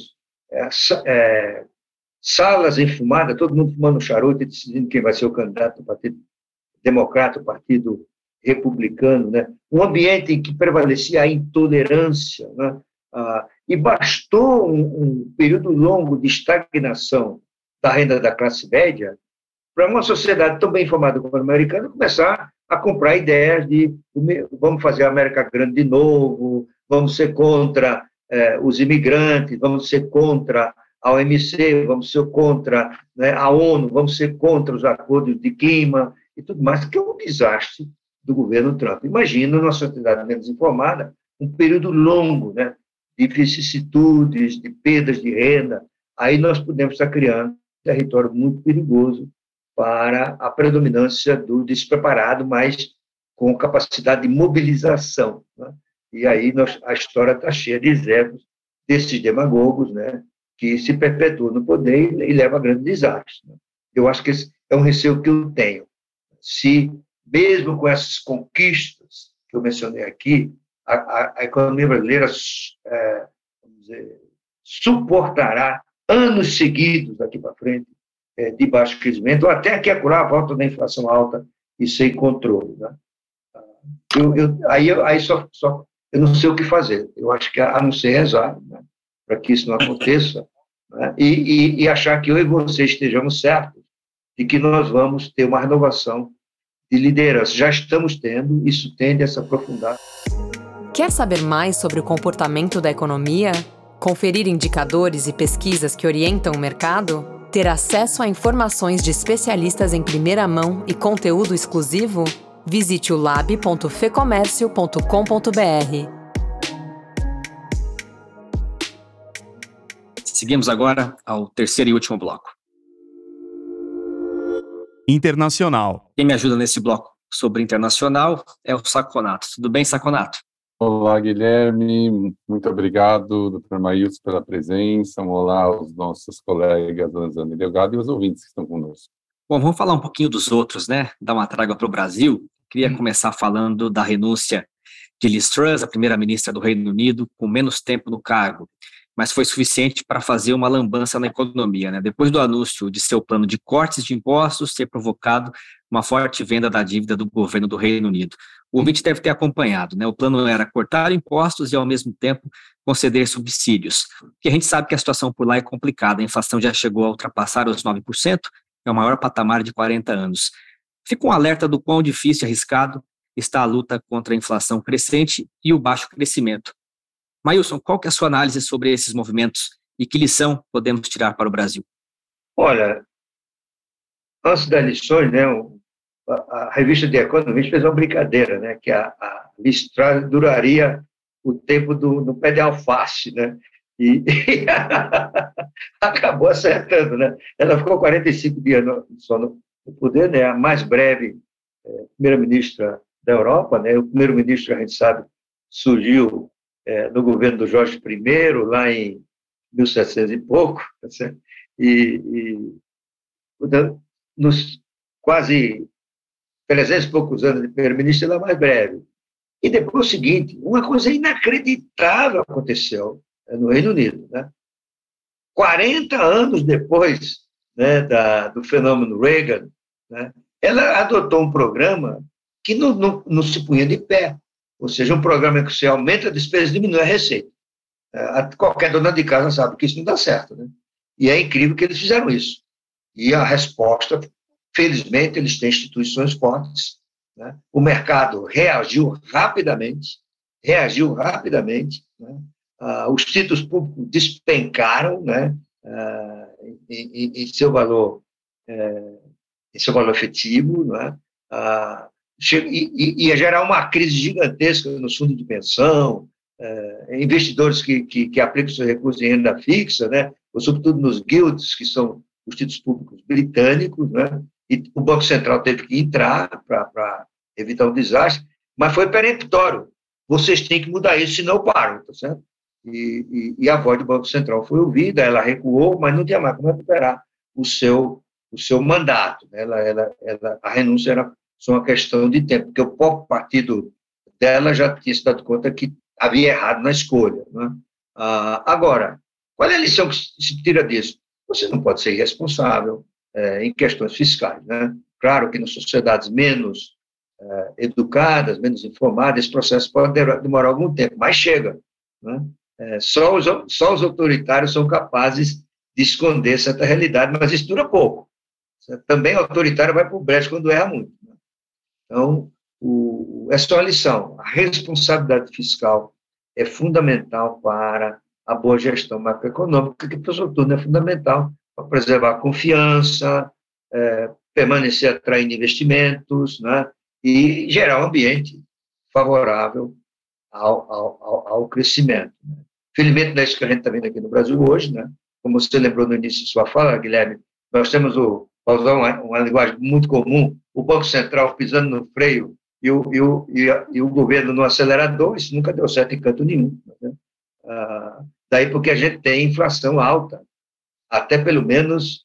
salas enfumadas, todo mundo fumando charuto e decidindo quem vai ser o candidato do Partido Democrata, o Partido Republicano, né? Um ambiente em que prevalecia a intolerância, né? E bastou um período longo de estagnação da renda da classe média para uma sociedade tão bem informada como a americana começar a comprar ideias de vamos fazer a América grande de novo, vamos ser contra os imigrantes, vamos ser contra a OMC, vamos ser contra, né, a ONU, vamos ser contra os acordos de clima e tudo mais, que é um desastre do governo Trump. Imagina, numa sociedade menos informada, um período longo, né, de vicissitudes, de perdas de renda, aí nós podemos estar criando um território muito perigoso para a predominância do despreparado, mas com capacidade de mobilização, né? E aí a história está cheia de exemplos desses demagogos, né, que se perpetuam no poder e levam a grandes desastres, né? Eu acho que esse é um receio que eu tenho. Se, mesmo com essas conquistas que eu mencionei aqui, a economia brasileira vamos dizer, suportará anos seguidos daqui para frente de baixo crescimento, ou até que acurar a volta da inflação alta e sem controle, né? Eu não sei o que fazer. Eu acho que a não ser rezar, né, para que isso não aconteça, né, e achar que eu e você estejamos certos de que nós vamos ter uma renovação de liderança. Já estamos tendo, isso tende a se aprofundar. Quer saber mais sobre o comportamento da economia? Conferir indicadores e pesquisas que orientam o mercado? Ter acesso a informações de especialistas em primeira mão e conteúdo exclusivo? Visite o lab.fecomércio.com.br. Seguimos agora ao terceiro e último bloco. Internacional. Quem me ajuda nesse bloco sobre internacional é o Saconato. Tudo bem, Saconato? Olá, Guilherme. Muito obrigado, Dr. Maílson, pela presença. Olá aos nossos colegas Anzana e Delgado e os ouvintes que estão conosco. Bom, vamos falar um pouquinho dos outros, né? Dar uma trégua para o Brasil. Queria começar falando da renúncia de Liz Truss, a primeira-ministra do Reino Unido, com menos tempo no cargo, mas foi suficiente para fazer uma lambança na economia, né? Depois do anúncio de seu plano de cortes de impostos ter provocado uma forte venda da dívida do governo do Reino Unido. O ouvinte deve ter acompanhado, né? O plano era cortar impostos e, ao mesmo tempo, conceder subsídios. Porque a gente sabe que a situação por lá é complicada, a inflação já chegou a ultrapassar os 9%, é o maior patamar de 40 anos. Fica um alerta do quão difícil e arriscado está a luta contra a inflação crescente e o baixo crescimento. Maílson, qual que é a sua análise sobre esses movimentos e que lição podemos tirar para o Brasil? Olha, antes das lições, né, a revista The Economist fez uma brincadeira, né, que a Liz Truss duraria o tempo do pé de alface, né, e acabou acertando, né? Ela ficou 45 dias só no poder, né, a mais breve primeira-ministra da Europa, né? O primeiro-ministro, a gente sabe, surgiu no governo do Jorge I, lá em 1700 e pouco, tá certo? Nos quase 300 e poucos anos de primeiro-ministro, ela é mais breve. E depois o seguinte, uma coisa inacreditável aconteceu no Reino Unido, né? 40 anos depois, né, do fenômeno Reagan, né, ela adotou um programa que não se punha de pé, ou seja, um programa em que você aumenta a despesa e diminui a receita. Qualquer dona de casa sabe que isso não dá certo, né? E é incrível que eles fizeram isso. E a resposta, felizmente, eles têm instituições fortes, né? O mercado reagiu rapidamente, né? Os títulos públicos despencaram, né, em seu valor efetivo, né, ia gerar uma crise gigantesca nos fundos de pensão, investidores que aplicam seus recursos em renda fixa, né, ou sobretudo nos guilds, que são os títulos públicos britânicos, né, e o Banco Central teve que entrar para evitar um desastre, mas foi peremptório. Vocês têm que mudar isso, senão eu paro, tá certo? E a voz do Banco Central foi ouvida, ela recuou, mas não tinha mais como recuperar o seu mandato. A renúncia era só uma questão de tempo, porque o próprio partido dela já tinha se dado conta que havia errado na escolha, né? Agora, Qual é a lição que se tira disso? Você não pode ser irresponsável em questões fiscais, né? Claro que nas sociedades menos educadas, menos informadas, esse processo pode demorar algum tempo, mas chega, né? Só os autoritários são capazes de esconder certa realidade, mas isso dura pouco. Também o autoritário vai para o brejo quando erra muito, né? Então, essa é uma lição. A responsabilidade fiscal é fundamental para a boa gestão macroeconômica, que, por tudo, é fundamental para preservar a confiança, permanecer atraindo investimentos, né, e gerar um ambiente favorável ao crescimento. Felizmente, não é isso que a gente está vendo aqui no Brasil hoje, né? Como você lembrou no início de sua fala, Guilherme, nós temos, para usar uma linguagem muito comum, o Banco Central pisando no freio e o governo no acelerador. Isso nunca deu certo em canto nenhum, né? Daí porque a gente tem inflação alta, até pelo menos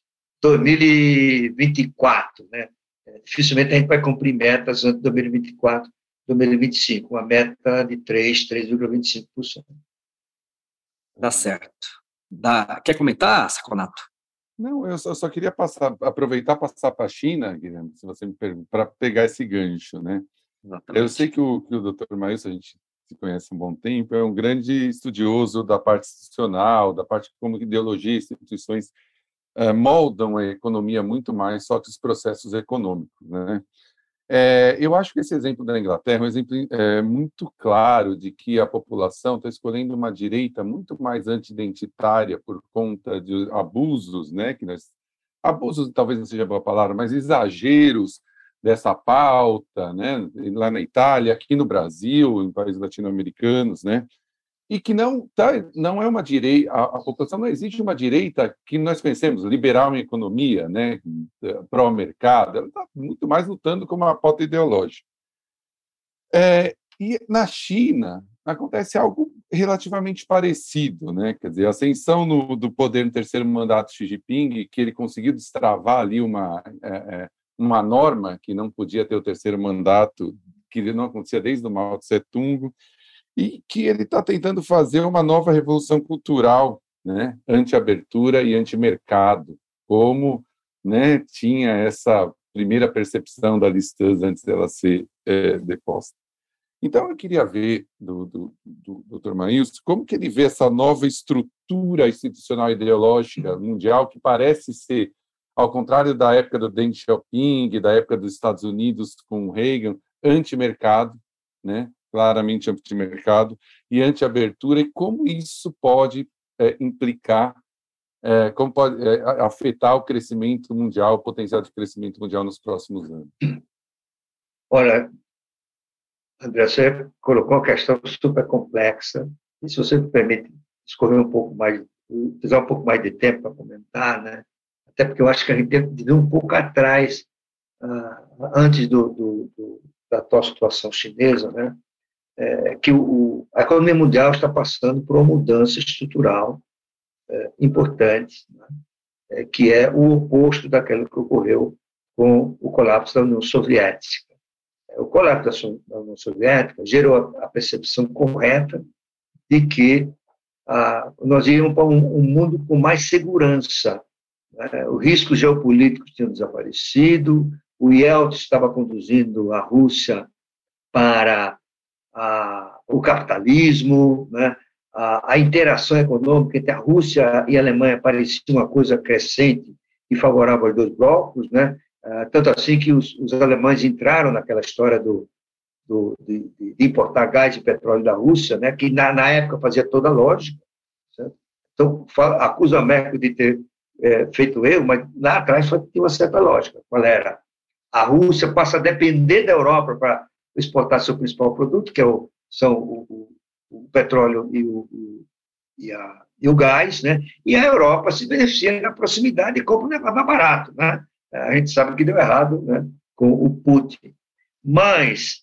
2024, né? Dificilmente a gente vai cumprir metas antes de 2024, 2025, uma meta de 3,25%. Dá certo. Quer comentar, Saconato? Não, eu só queria aproveitar e passar para a China, Guilherme, se você me permite, para pegar esse gancho, né? Exatamente. Eu sei que o Dr. Maílson, a gente se conhece há um bom tempo, é um grande estudioso da parte institucional, da parte como ideologia e instituições moldam a economia muito mais só que os processos econômicos, né? Eu acho que esse exemplo da Inglaterra é um exemplo muito claro de que a população está escolhendo uma direita muito mais anti-identitária por conta de abusos, né? Abusos talvez não seja a boa palavra, mas exageros dessa pauta, né? Lá na Itália, aqui no Brasil, em países latino-americanos, né? E que não é uma direita, a população não exige uma direita que nós conhecemos, liberal em economia, né, pró-mercado, ela está muito mais lutando com uma pauta ideológica. E na China acontece algo relativamente parecido, né, quer dizer, a ascensão do poder no terceiro mandato de Xi Jinping, que ele conseguiu destravar ali uma norma que não podia ter o terceiro mandato, que não acontecia desde o Mao Tse Tung, e que ele está tentando fazer uma nova revolução cultural, né, anti-abertura e anti-mercado, como, né, tinha essa primeira percepção da Liz Truss antes dela ser deposta. Então, eu queria ver do Dr. Maílson como que ele vê essa nova estrutura institucional e ideológica mundial que parece ser, ao contrário da época do Deng Xiaoping, da época dos Estados Unidos com Reagan, anti-mercado, né, claramente anti-mercado e anti-abertura, e como isso pode implicar, como pode afetar o crescimento mundial, o potencial de crescimento mundial nos próximos anos. Olha, André, você colocou uma questão super complexa, e se você me permite escorrer um pouco mais, precisar um pouco mais de tempo para comentar, né? Até porque eu acho que a gente tem que ir um pouco atrás, antes da atual situação chinesa, né? Que a economia mundial está passando por uma mudança estrutural importante, né, que é o oposto daquilo que ocorreu com o colapso da União Soviética. O colapso da União Soviética gerou a percepção correta de que nós íamos para um mundo com mais segurança, né? Os riscos geopolíticos tinham desaparecido, o Yeltsin estava conduzindo a Rússia para o capitalismo, né? A interação econômica entre a Rússia e a Alemanha parecia uma coisa crescente e favorável aos dois blocos, né? Tanto assim que os alemães entraram naquela história de importar gás e petróleo da Rússia, né? Que na época fazia toda a lógica, certo? Então, acusa a Merkel de ter feito erro, mas lá atrás tinha uma certa lógica. Qual era? A Rússia passa a depender da Europa para exportar seu principal produto, que são o petróleo e o gás, né? E a Europa se beneficia da proximidade e compra um negócio mais barato, né? A gente sabe que deu errado, né, com o Putin. Mas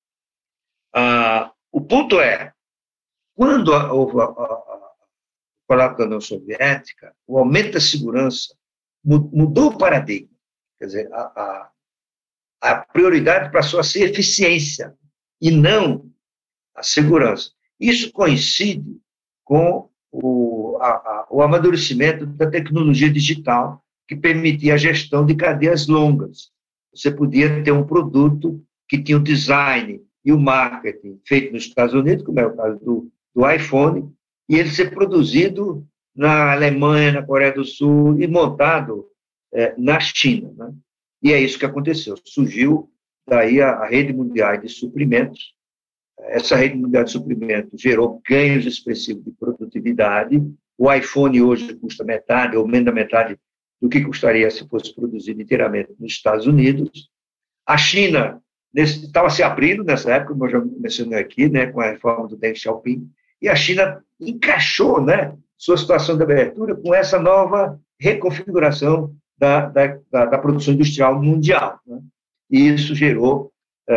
o ponto é, quando houve o colapso da União Soviética, o aumento da segurança mudou o paradigma. Quer dizer, a prioridade passou a ser eficiência e não a segurança. Isso coincide com o amadurecimento da tecnologia digital, que permitia a gestão de cadeias longas. Você podia ter um produto que tinha o design e o marketing feito nos Estados Unidos, como é o caso do iPhone, e ele ser produzido na Alemanha, na Coreia do Sul e montado na China, né? E é isso que aconteceu. Surgiu daí a rede mundial de suprimentos. Essa rede mundial de suprimentos gerou ganhos expressivos de produtividade. O iPhone hoje custa metade ou menos da metade do que custaria se fosse produzido inteiramente nos Estados Unidos. A China estava se abrindo nessa época, como eu já mencionei aqui, né, com a reforma do Deng Xiaoping, e a China encaixou, né, sua situação de abertura com essa nova reconfiguração da produção industrial mundial, né? E isso gerou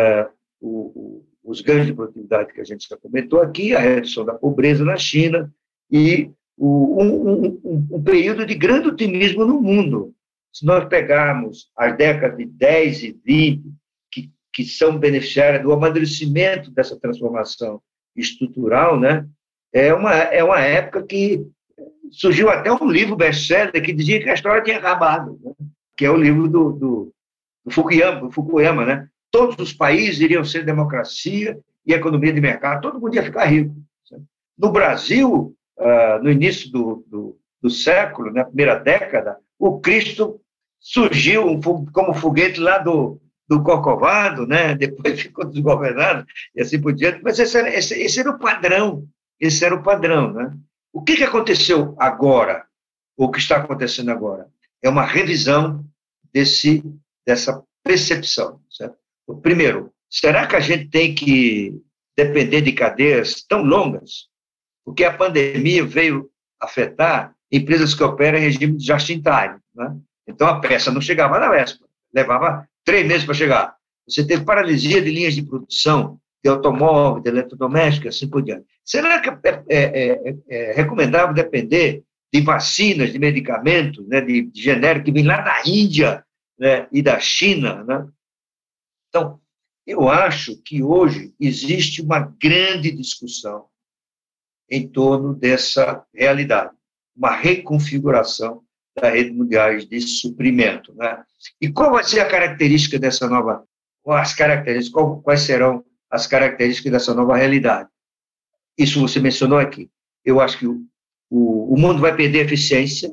os ganhos de produtividade que a gente já comentou aqui, a redução da pobreza na China e um período de grande otimismo no mundo. Se nós pegarmos as décadas de 10 e 20, que são beneficiárias do amadurecimento dessa transformação estrutural, né, é uma época que surgiu até um livro best-seller que dizia que a história tinha acabado, né, que é o livro do Fukuyama, né? Todos os países iriam ser democracia e economia de mercado, todo mundo ia ficar rico. No Brasil, no início do século, na primeira década, o Cristo surgiu como foguete lá do Corcovado, né? Depois ficou desgovernado e assim por diante, mas esse era o padrão, né? O que aconteceu agora, o que está acontecendo agora? É uma revisão dessa percepção, certo? Primeiro, será que a gente tem que depender de cadeias tão longas? Porque a pandemia veio afetar empresas que operam em regime de just-in-time, né? Então, a peça não chegava na véspera, levava 3 meses para chegar. Você teve paralisia de linhas de produção, de automóvel, de eletrodomésticos, assim por diante. Será que é recomendável depender de vacinas, de medicamentos, né, de genérico que vem lá da Índia, né, e da China, né? Então, eu acho que hoje existe uma grande discussão em torno dessa realidade, uma reconfiguração da rede mundial de suprimento, né? E qual vai ser a característica dessa nova, quais serão as características dessa nova realidade? Isso você mencionou aqui. Eu acho que o mundo vai perder eficiência,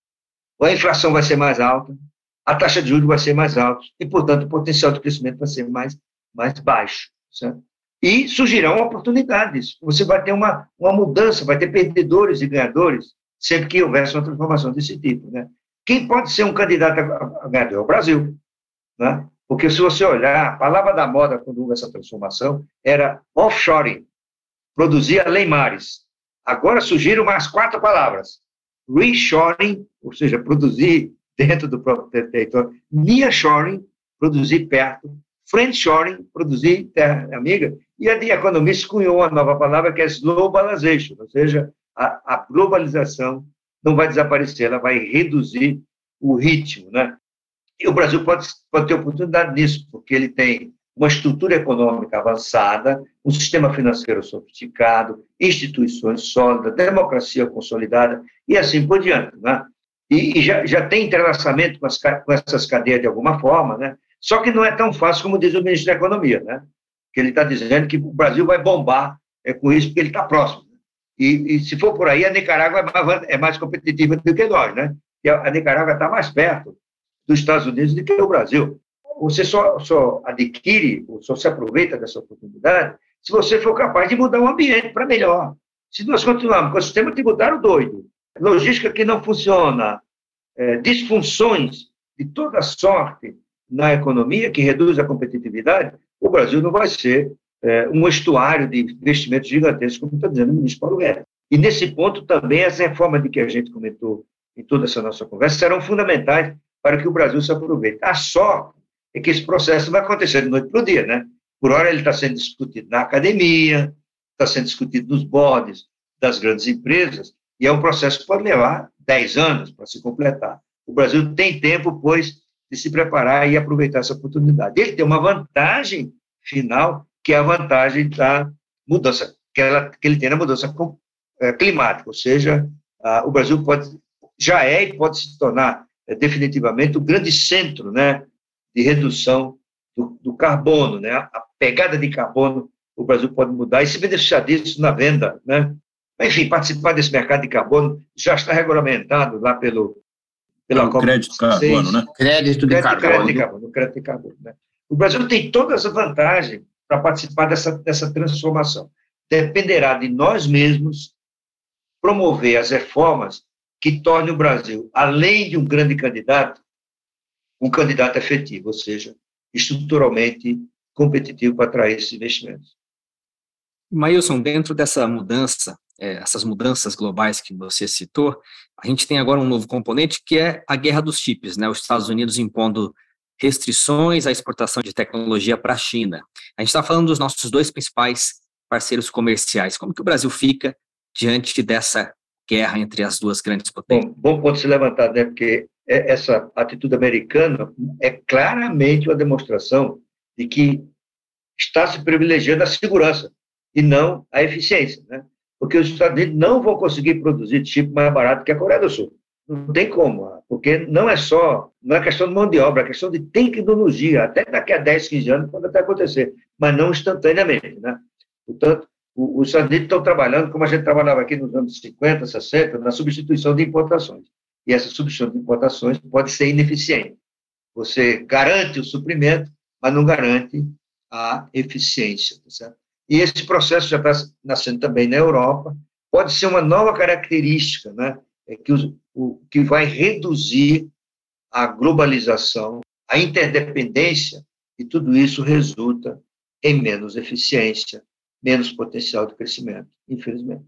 a inflação vai ser mais alta, a taxa de juros vai ser mais alta e, portanto, o potencial de crescimento vai ser mais baixo, certo? E surgirão oportunidades. Você vai ter uma mudança, vai ter perdedores e ganhadores sempre que houvesse uma transformação desse tipo, né? Quem pode ser um candidato a ganhador? É o Brasil, né? Porque se você olhar, a palavra da moda quando houve essa transformação era offshoring, produzir além mares. Agora surgiram mais 4 palavras: reshoring, ou seja, produzir dentro do próprio território; nearshoring, produzir perto; friendshoring, produzir terra amiga; e a The Economist cunhou uma nova palavra que é globalization, ou seja, a globalização não vai desaparecer, ela vai reduzir o ritmo, né? E o Brasil pode ter oportunidade nisso, porque ele tem uma estrutura econômica avançada, um sistema financeiro sofisticado, instituições sólidas, democracia consolidada e assim por diante, né? E já tem entrelaçamento com essas cadeias de alguma forma, né? Só que não é tão fácil como diz o ministro da Economia, né? Que ele está dizendo que o Brasil vai bombar com isso porque ele está próximo. E se for por aí, a Nicarágua é mais competitiva do que nós, né? E a Nicarágua está mais perto dos Estados Unidos do que o Brasil. Você só adquire, ou só se aproveita dessa oportunidade se você for capaz de mudar o ambiente para melhor. Se nós continuarmos com o sistema tributário doido, logística que não funciona, disfunções de toda sorte na economia que reduz a competitividade, o Brasil não vai ser um estuário de investimentos gigantescos, como está dizendo o ministro Paulo Guedes. E, nesse ponto, também as reformas de que a gente comentou em toda essa nossa conversa serão fundamentais para que o Brasil se aproveite. A sorte é que esse processo vai acontecer de noite para o dia, né? Por hora, ele está sendo discutido na academia, está sendo discutido nos boards das grandes empresas, e é um processo que pode levar 10 anos para se completar. O Brasil tem tempo, pois, de se preparar e aproveitar essa oportunidade. Ele tem uma vantagem final, que é a vantagem da mudança, que ele tem na mudança climática, ou seja, o Brasil já é e pode se tornar definitivamente o grande centro, né, de redução do carbono, né, a pegada de carbono, o Brasil pode mudar e se beneficiar disso na venda, né. Enfim, participar desse mercado de carbono já está regulamentado lá pela crédito de carbono, né? Crédito de carbono, né? O Brasil tem todas as vantagens para participar dessa transformação. Dependerá de nós mesmos promover as reformas que tornem o Brasil, além de um grande candidato, um candidato efetivo, ou seja, estruturalmente competitivo para atrair esses investimentos. Maílson, dentro dessa mudança, essas mudanças globais que você citou, a gente tem agora um novo componente que é a guerra dos chips, né? Os Estados Unidos impondo restrições à exportação de tecnologia para a China. A gente está falando dos nossos dois principais parceiros comerciais. Como que o Brasil fica diante dessa guerra entre as duas grandes potências? Bom ponto se levantar, né? Porque essa atitude americana é claramente uma demonstração de que está se privilegiando a segurança e não a eficiência, né? Porque os Estados Unidos não vão conseguir produzir chip mais barato que a Coreia do Sul. Não tem como, porque não é questão de mão de obra, é questão de tecnologia. Até daqui a 10, 15 anos pode até acontecer, mas não instantaneamente, né? Portanto, os Estados Unidos estão trabalhando, como a gente trabalhava aqui nos anos 50, 60, na substituição de importações. E essa substituição de importações pode ser ineficiente. Você garante o suprimento, mas não garante a eficiência, tá certo? E esse processo já está nascendo também na Europa. Pode ser uma nova característica, né, que vai reduzir a globalização, a interdependência, e tudo isso resulta em menos eficiência, menos potencial de crescimento, infelizmente.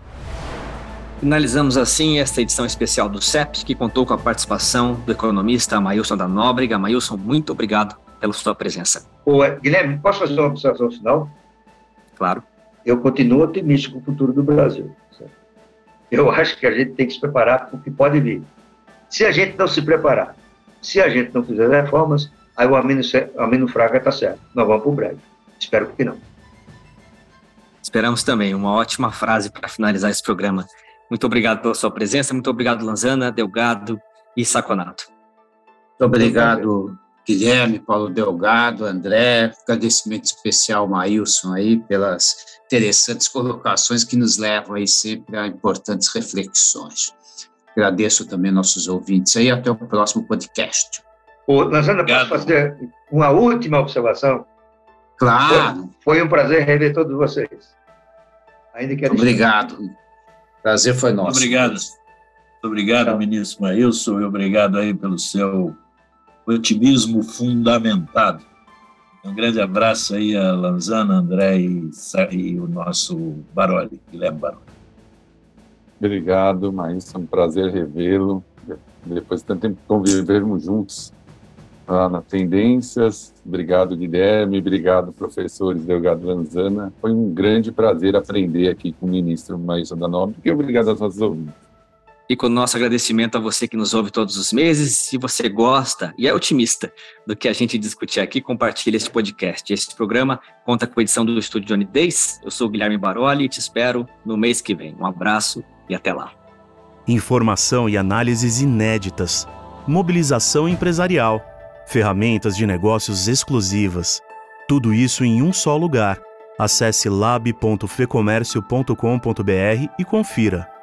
Finalizamos assim esta edição especial do CEP, que contou com a participação do economista Maílson da Nóbrega. Maílson, muito obrigado pela sua presença. Guilherme, posso fazer uma observação final? Claro. Eu continuo otimista com o futuro do Brasil. Certo? Eu acho que a gente tem que se preparar para o que pode vir. Se a gente não se preparar, se a gente não fizer reformas, aí o Amino Fraga está certo. Nós vamos para o breve. Espero que não. Esperamos também. Uma ótima frase para finalizar esse programa. Muito obrigado pela sua presença. Muito obrigado, Lanzana, Delgado e Saconato. Muito obrigado, Guilherme, Paulo Delgado, André. Agradecimento especial, Maílson, aí, pelas interessantes colocações que nos levam aí sempre a importantes reflexões. Agradeço também nossos ouvintes aí. Até o próximo podcast. Lanzana, posso fazer uma última observação? Claro. Foi um prazer rever todos vocês. Ainda que obrigado. Prazer foi nosso. Muito obrigado, ministro Maílson, e obrigado aí pelo seu otimismo fundamentado. Um grande abraço aí a Lanzana, André e o nosso Baroli, Guilherme Baroli. Obrigado, Maílson, um prazer revê-lo. Depois de tanto tempo que convivermos juntos lá na Tendências. Obrigado, Guilherme. Obrigado, professores Delgado e Lanzana. Foi um grande prazer aprender aqui com o ministro Maílson da Nóbrega e obrigado aos nossos ouvintes. E com o nosso agradecimento a você que nos ouve todos os meses. Se você gosta e é otimista do que a gente discutir aqui, compartilhe esse podcast. Esse programa conta com a edição do Estúdio Johnny Days. Eu sou o Guilherme Baroli e te espero no mês que vem. Um abraço e até lá. Informação e análises inéditas. Mobilização empresarial. Ferramentas de negócios exclusivas. Tudo isso em um só lugar. Acesse lab.fecomércio.com.br e confira.